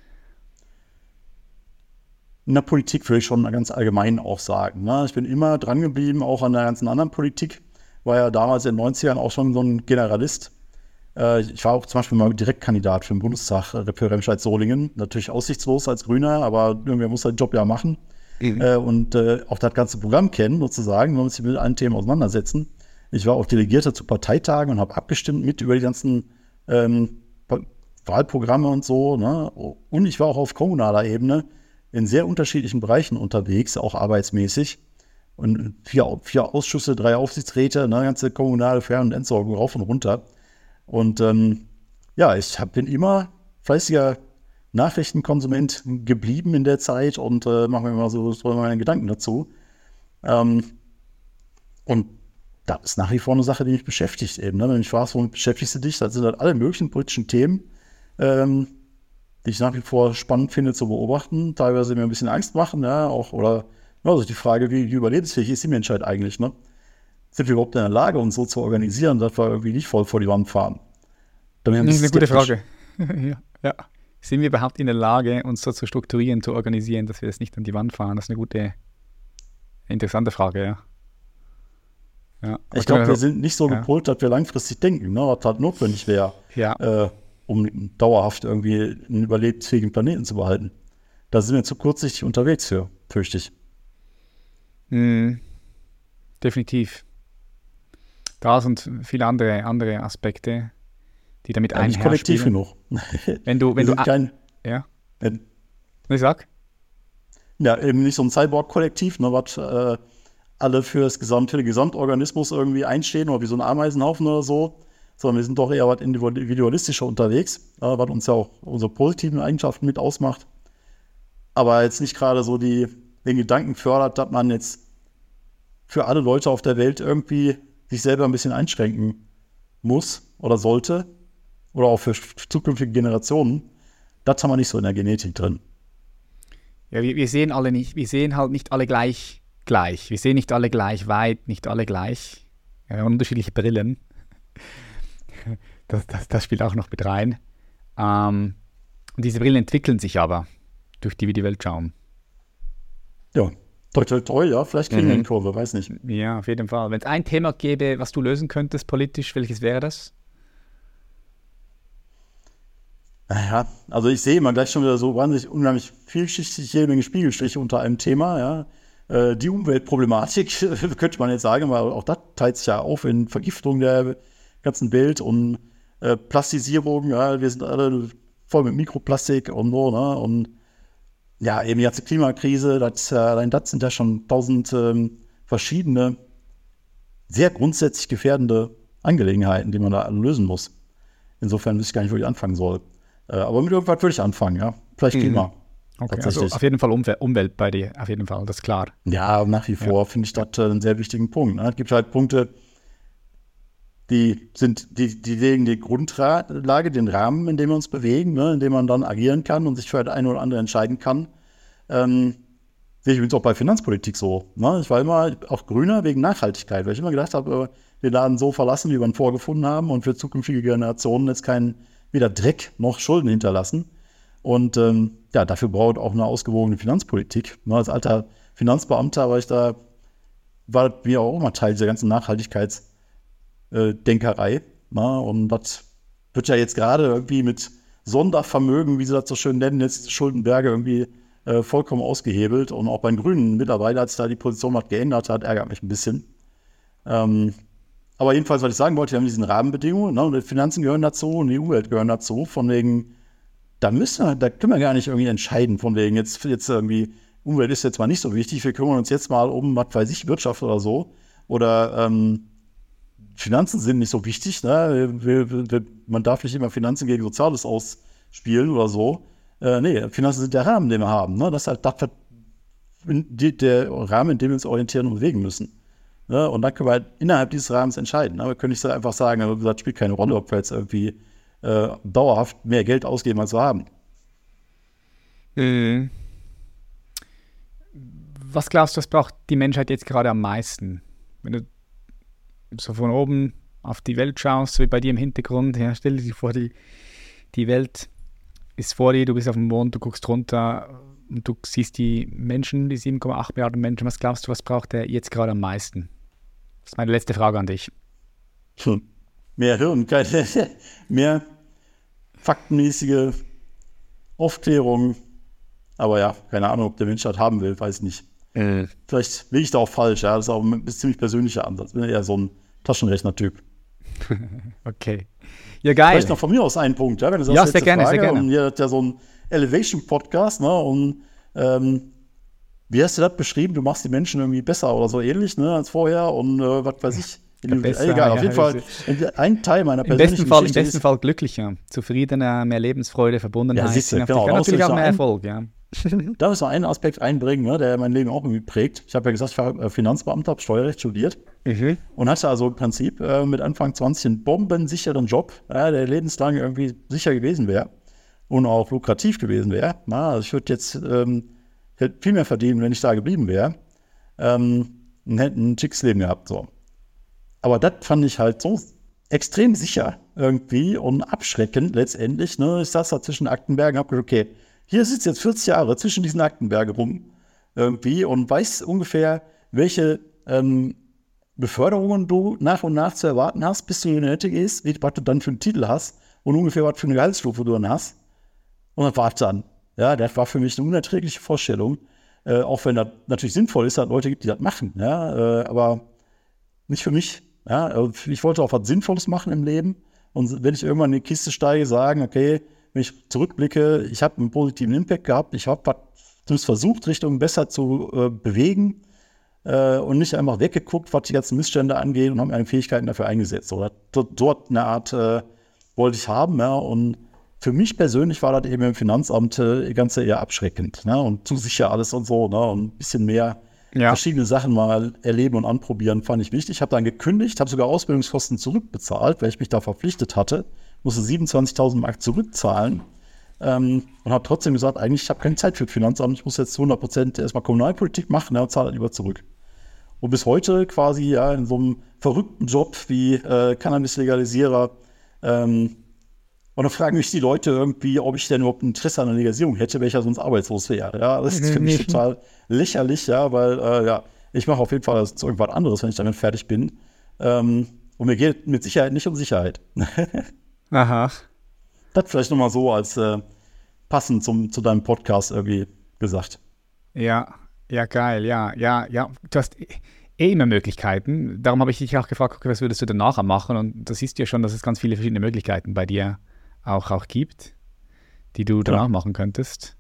S1: In der Politik würde ich schon ganz allgemein auch sagen. Ne? Ich bin immer dran geblieben, auch an der ganzen anderen Politik. War ja damals in den 90ern auch schon so ein Generalist. Ich war auch zum Beispiel mal Direktkandidat für den Bundestag für Remscheid-Solingen. Natürlich aussichtslos als Grüner, aber irgendwer muss seinen Job ja machen. Und auch das ganze Programm kennen, sozusagen. Man muss sich mit allen Themen auseinandersetzen. Ich war auch Delegierter zu Parteitagen und habe abgestimmt über die ganzen Wahlprogramme und so. Ne? Und ich war auch auf kommunaler Ebene in sehr unterschiedlichen Bereichen unterwegs, auch arbeitsmäßig. Und 4 Ausschüsse, 3 Aufsichtsräte, ne, ganze kommunale Fern- und Entsorgung rauf und runter. Und ich bin immer fleißiger Nachrichtenkonsument geblieben in der Zeit und mache mir immer so meine Gedanken dazu. Und das ist nach wie vor eine Sache, die mich beschäftigt eben. Ne? Wenn ich frage, womit beschäftigst du dich? Das sind halt alle möglichen politischen Themen, die ich nach wie vor spannend finde zu beobachten, teilweise mir ein bisschen Angst machen, ja, auch, oder also die Frage, wie überlebensfähig ist die Menschheit eigentlich, ne? Sind wir überhaupt in der Lage, uns so zu organisieren, dass wir irgendwie nicht voll vor die Wand fahren?
S2: Das ist eine gute Frage. Ja. Sind wir überhaupt in der Lage, uns so zu strukturieren, zu organisieren, dass wir das nicht an die Wand fahren? Das ist eine gute, interessante Frage, ja.
S1: Ich glaube, wir sind nicht so gepolt, dass wir langfristig denken, ne, was halt notwendig wäre, um dauerhaft irgendwie einen überlebensfähigen Planeten zu behalten. Da sind wir zu kurzsichtig unterwegs für, fürchte ich.
S2: Definitiv. Da sind viele andere Aspekte, die damit einherspielen.
S1: Nicht kollektiv genug.
S2: Wenn du ich sag?
S1: Ja, eben nicht so ein Cyborg-Kollektiv, ne, was alle für den Gesamtorganismus irgendwie einstehen oder wie so ein Ameisenhaufen oder so, sondern wir sind doch eher was individualistischer unterwegs, was uns ja auch unsere positiven Eigenschaften mit ausmacht. Aber jetzt nicht gerade so den Gedanken fördert, dass man jetzt für alle Leute auf der Welt irgendwie sich selber ein bisschen einschränken muss oder sollte oder auch für zukünftige Generationen. Das haben wir nicht so in der Genetik drin.
S2: Ja, wir sehen halt nicht alle gleich. Wir sehen nicht alle gleich weit, nicht alle gleich. Ja, wir haben unterschiedliche Brillen. Das spielt auch noch mit rein. Und diese Brillen entwickeln sich aber, durch die wir die Welt schauen.
S1: Ja, toi, ja, vielleicht kriegen wir eine Kurve, weiß nicht.
S2: Ja, auf jeden Fall. Wenn es ein Thema gäbe, was du lösen könntest politisch, welches wäre das?
S1: Naja, also ich sehe immer gleich schon wieder so wahnsinnig unheimlich vielschichtig, jede Menge Spiegelstriche unter einem Thema, ja. Die Umweltproblematik, könnte man jetzt sagen, aber auch das teilt sich ja auf in Vergiftung der ganzen Welt und Plastisierung, ja, wir sind alle voll mit Mikroplastik und so, ne, und ja, eben die ganze Klimakrise, das sind ja schon 1000 verschiedene, sehr grundsätzlich gefährdende Angelegenheiten, die man da lösen muss. Insofern wüsste ich gar nicht, wo ich anfangen soll. Aber mit irgendwas würde ich anfangen, ja. Vielleicht Klima.
S2: Okay, also auf jeden Fall Umwelt bei dir, auf jeden Fall, das ist klar.
S1: Ja, nach wie vor finde ich das einen sehr wichtigen Punkt. Ne? Es gibt halt Punkte, die legen die Grundlage, den Rahmen, in dem wir uns bewegen, ne? In dem man dann agieren kann und sich für das eine oder andere entscheiden kann. sehe ich übrigens auch bei Finanzpolitik so. Ne? Ich war immer auch Grüner wegen Nachhaltigkeit, weil ich immer gedacht habe, wir Laden so verlassen, wie wir ihn vorgefunden haben und für zukünftige Generationen jetzt keinen weder Dreck noch Schulden hinterlassen. Und dafür braucht auch eine ausgewogene Finanzpolitik. Ne? Als alter Finanzbeamter war mir auch immer Teil dieser ganzen Nachhaltigkeitsdenkerei. Ne? Und das wird ja jetzt gerade irgendwie mit Sondervermögen, wie sie das so schön nennen, jetzt Schuldenberge irgendwie vollkommen ausgehebelt. Und auch bei den Grünen mittlerweile hat sich da die Position was geändert hat, ärgert mich ein bisschen. Aber jedenfalls, was ich sagen wollte, wir haben diese Rahmenbedingungen, ne? Und die Finanzen gehören dazu und die Umwelt gehören dazu. Von wegen, da können wir gar nicht irgendwie entscheiden, von wegen, jetzt irgendwie, Umwelt ist jetzt mal nicht so wichtig, wir kümmern uns jetzt mal um, was weiß ich, Wirtschaft oder so. Oder Finanzen sind nicht so wichtig, ne? Man darf nicht immer Finanzen gegen Soziales ausspielen oder so. Nee, Finanzen sind der Rahmen, den wir haben. Ne? Das ist halt der Rahmen, in dem wir uns orientieren und bewegen müssen. Ne? Und dann können wir halt innerhalb dieses Rahmens entscheiden. Ne? Wir können nicht einfach sagen, das spielt keine Rolle, ob wir jetzt irgendwie dauerhaft mehr Geld ausgeben, als wir haben.
S2: Was glaubst du, was braucht die Menschheit jetzt gerade am meisten? Wenn du so von oben auf die Welt schaust, so wie bei dir im Hintergrund, ja, stell dir vor, die Welt ist vor dir, du bist auf dem Mond, du guckst runter und du siehst die Menschen, die 7,8 Milliarden Menschen. Was glaubst du, was braucht der jetzt gerade am meisten? Das ist meine letzte Frage an dich.
S1: Mehr Hirn, mehr faktenmäßige Aufklärung. Aber ja, keine Ahnung, ob der Mensch das haben will, weiß nicht. Vielleicht liege ich da auch falsch, ja. Das ist auch ein ziemlich persönlicher Ansatz. Ich bin eher so ein Taschenrechner-Typ.
S2: Okay. Ja, geil.
S1: Vielleicht noch von mir aus einen Punkt, ja, wenn du sagst,
S2: ja, sehr gerne, Frage. Sehr gerne.
S1: Und hier hat ja so ein Elevation-Podcast, ne? Und wie hast du das beschrieben? Du machst die Menschen irgendwie besser oder so ähnlich, ne, als vorher und was weiß ich. Egal, auf jeden Fall ein Teil meiner persönlichen Geschichte
S2: Im besten Fall glücklicher, zufriedener, mehr Lebensfreude, Verbundenheit.
S1: Ja, siehste, genau.
S2: Natürlich auch mehr Erfolg, ja.
S1: Da müssen wir einen Aspekt einbringen, ne, der mein Leben auch irgendwie prägt. Ich habe ja gesagt, ich war Finanzbeamter, habe Steuerrecht studiert und hatte also im Prinzip mit Anfang 20 einen bombensicheren Job, der lebenslang irgendwie sicher gewesen wäre und auch lukrativ gewesen wäre. Also ich würde jetzt hätte viel mehr verdienen, wenn ich da geblieben wäre und hätte ein schickes Leben gehabt. So. Aber das fand ich halt so extrem sicher irgendwie und abschreckend letztendlich. Ne? Ich saß da zwischen Aktenbergen und habe gesagt, okay, hier sitzt jetzt 40 Jahre zwischen diesen Aktenbergen rum irgendwie und weiß ungefähr, welche Beförderungen du nach und nach zu erwarten hast, bis du in die Rente gehst, was du dann für einen Titel hast und ungefähr was für eine Gehaltsstufe du dann hast. Und dann warte an. Ja, das war für mich eine unerträgliche Vorstellung. Auch wenn das natürlich sinnvoll ist, dass es Leute gibt, die das machen. Ja, aber nicht für mich. Ja, ich wollte auch was Sinnvolles machen im Leben. Und wenn ich irgendwann in die Kiste steige, sagen, okay, wenn ich zurückblicke, ich habe einen positiven Impact gehabt, ich habe was versucht, Richtung besser zu bewegen und nicht einfach weggeguckt, was die ganzen Missstände angeht und habe meine Fähigkeiten dafür eingesetzt. Oder dort eine Art wollte ich haben. Ja, und für mich persönlich war das eben im Finanzamt ganz eher abschreckend, ne? Und zu sicher alles und so, ne? Und ein bisschen mehr verschiedene Sachen mal erleben und anprobieren, fand ich wichtig. Ich habe dann gekündigt, habe sogar Ausbildungskosten zurückbezahlt, weil ich mich da verpflichtet hatte, musste 27.000 Mark zurückzahlen und habe trotzdem gesagt, eigentlich, ich habe keine Zeit für das Finanzamt, ich muss jetzt zu 100% erstmal Kommunalpolitik machen, und zahle lieber zurück. Und bis heute quasi ja in so einem verrückten Job wie Cannabis-Legalisierer und dann fragen mich die Leute irgendwie, ob ich denn überhaupt ein Interesse an der Legalisierung hätte, welcher sonst arbeitslos wäre. Ja, das ist für mich total lächerlich, ja, weil ich mache auf jeden Fall irgendwas anderes, wenn ich damit fertig bin. Und mir geht mit Sicherheit nicht um Sicherheit.
S2: Aha.
S1: Das vielleicht nochmal so als passend zu deinem Podcast irgendwie gesagt.
S2: Ja, geil, ja. Du hast immer Möglichkeiten. Darum habe ich dich auch gefragt, okay, was würdest du denn nachher machen? Und da siehst du ja schon, dass es ganz viele verschiedene Möglichkeiten bei dir auch gibt, die du danach machen könntest.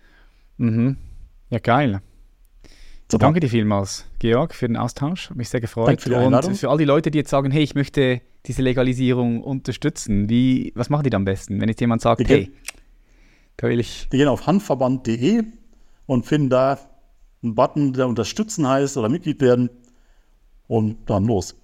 S2: Ja, geil. Super. Danke dir vielmals, Georg, für den Austausch. Hat mich sehr gefreut.
S1: Danke für die Einladung.
S2: Und für all die Leute, die jetzt sagen, hey, ich möchte diese Legalisierung unterstützen, was machen die dann am besten, wenn jetzt jemand sagt, hey, da will ich...
S1: Die gehen auf handverband.de und finden da einen Button, der unterstützen heißt oder Mitglied werden und dann los.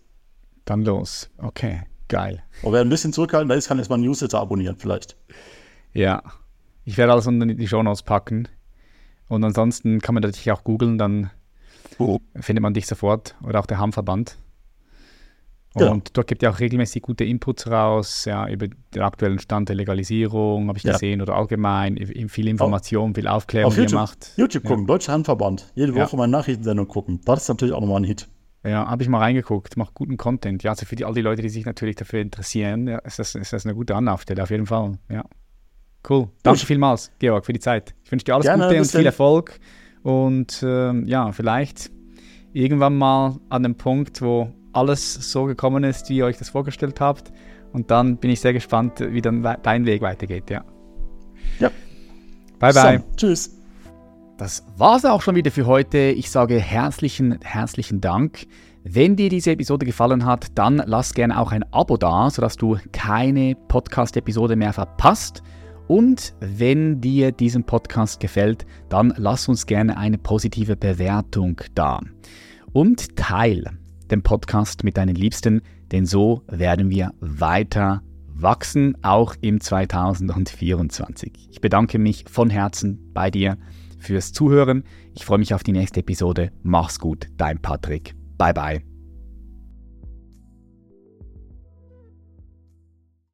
S2: Okay, geil.
S1: Aber wer ein bisschen zurückhaltender ist, kann erstmal ein Newsletter abonnieren vielleicht.
S2: Ja, ich werde alles unter die Shownotes packen. Und ansonsten kann man dich auch googeln, dann findet man dich sofort oder auch der HAM-Verband. Und dort gibt ja auch regelmäßig gute Inputs raus, ja, über den aktuellen Stand der Legalisierung, habe ich gesehen, oder allgemein, viel Information, viel Aufklärung,
S1: auf YouTube,
S2: macht.
S1: YouTube gucken, Deutscher Handverband. Jede Woche meine Nachrichtensendung gucken. Das ist natürlich auch nochmal ein Hit.
S2: Ja, habe ich mal reingeguckt, macht guten Content. Ja, also für all die Leute, die sich natürlich dafür interessieren, ja, ist das eine gute Anlaufstelle, auf jeden Fall. Ja. Cool. Danke vielmals, Georg, für die Zeit. Ich wünsche dir alles Gute und viel Erfolg. Und vielleicht irgendwann mal an dem Punkt, wo alles so gekommen ist, wie ihr euch das vorgestellt habt. Und dann bin ich sehr gespannt, wie dann dein Weg weitergeht. Ja. Bye, bye.
S1: Tschüss.
S2: Das war's auch schon wieder für heute. Ich sage herzlichen Dank. Wenn dir diese Episode gefallen hat, dann lass gerne auch ein Abo da, sodass du keine Podcast-Episode mehr verpasst. Und wenn dir diesen Podcast gefällt, dann lass uns gerne eine positive Bewertung da. Und teile den Podcast mit deinen Liebsten, denn so werden wir weiter wachsen, auch im 2024. Ich bedanke mich von Herzen bei dir fürs Zuhören. Ich freue mich auf die nächste Episode. Mach's gut, dein Patrick. Bye, bye.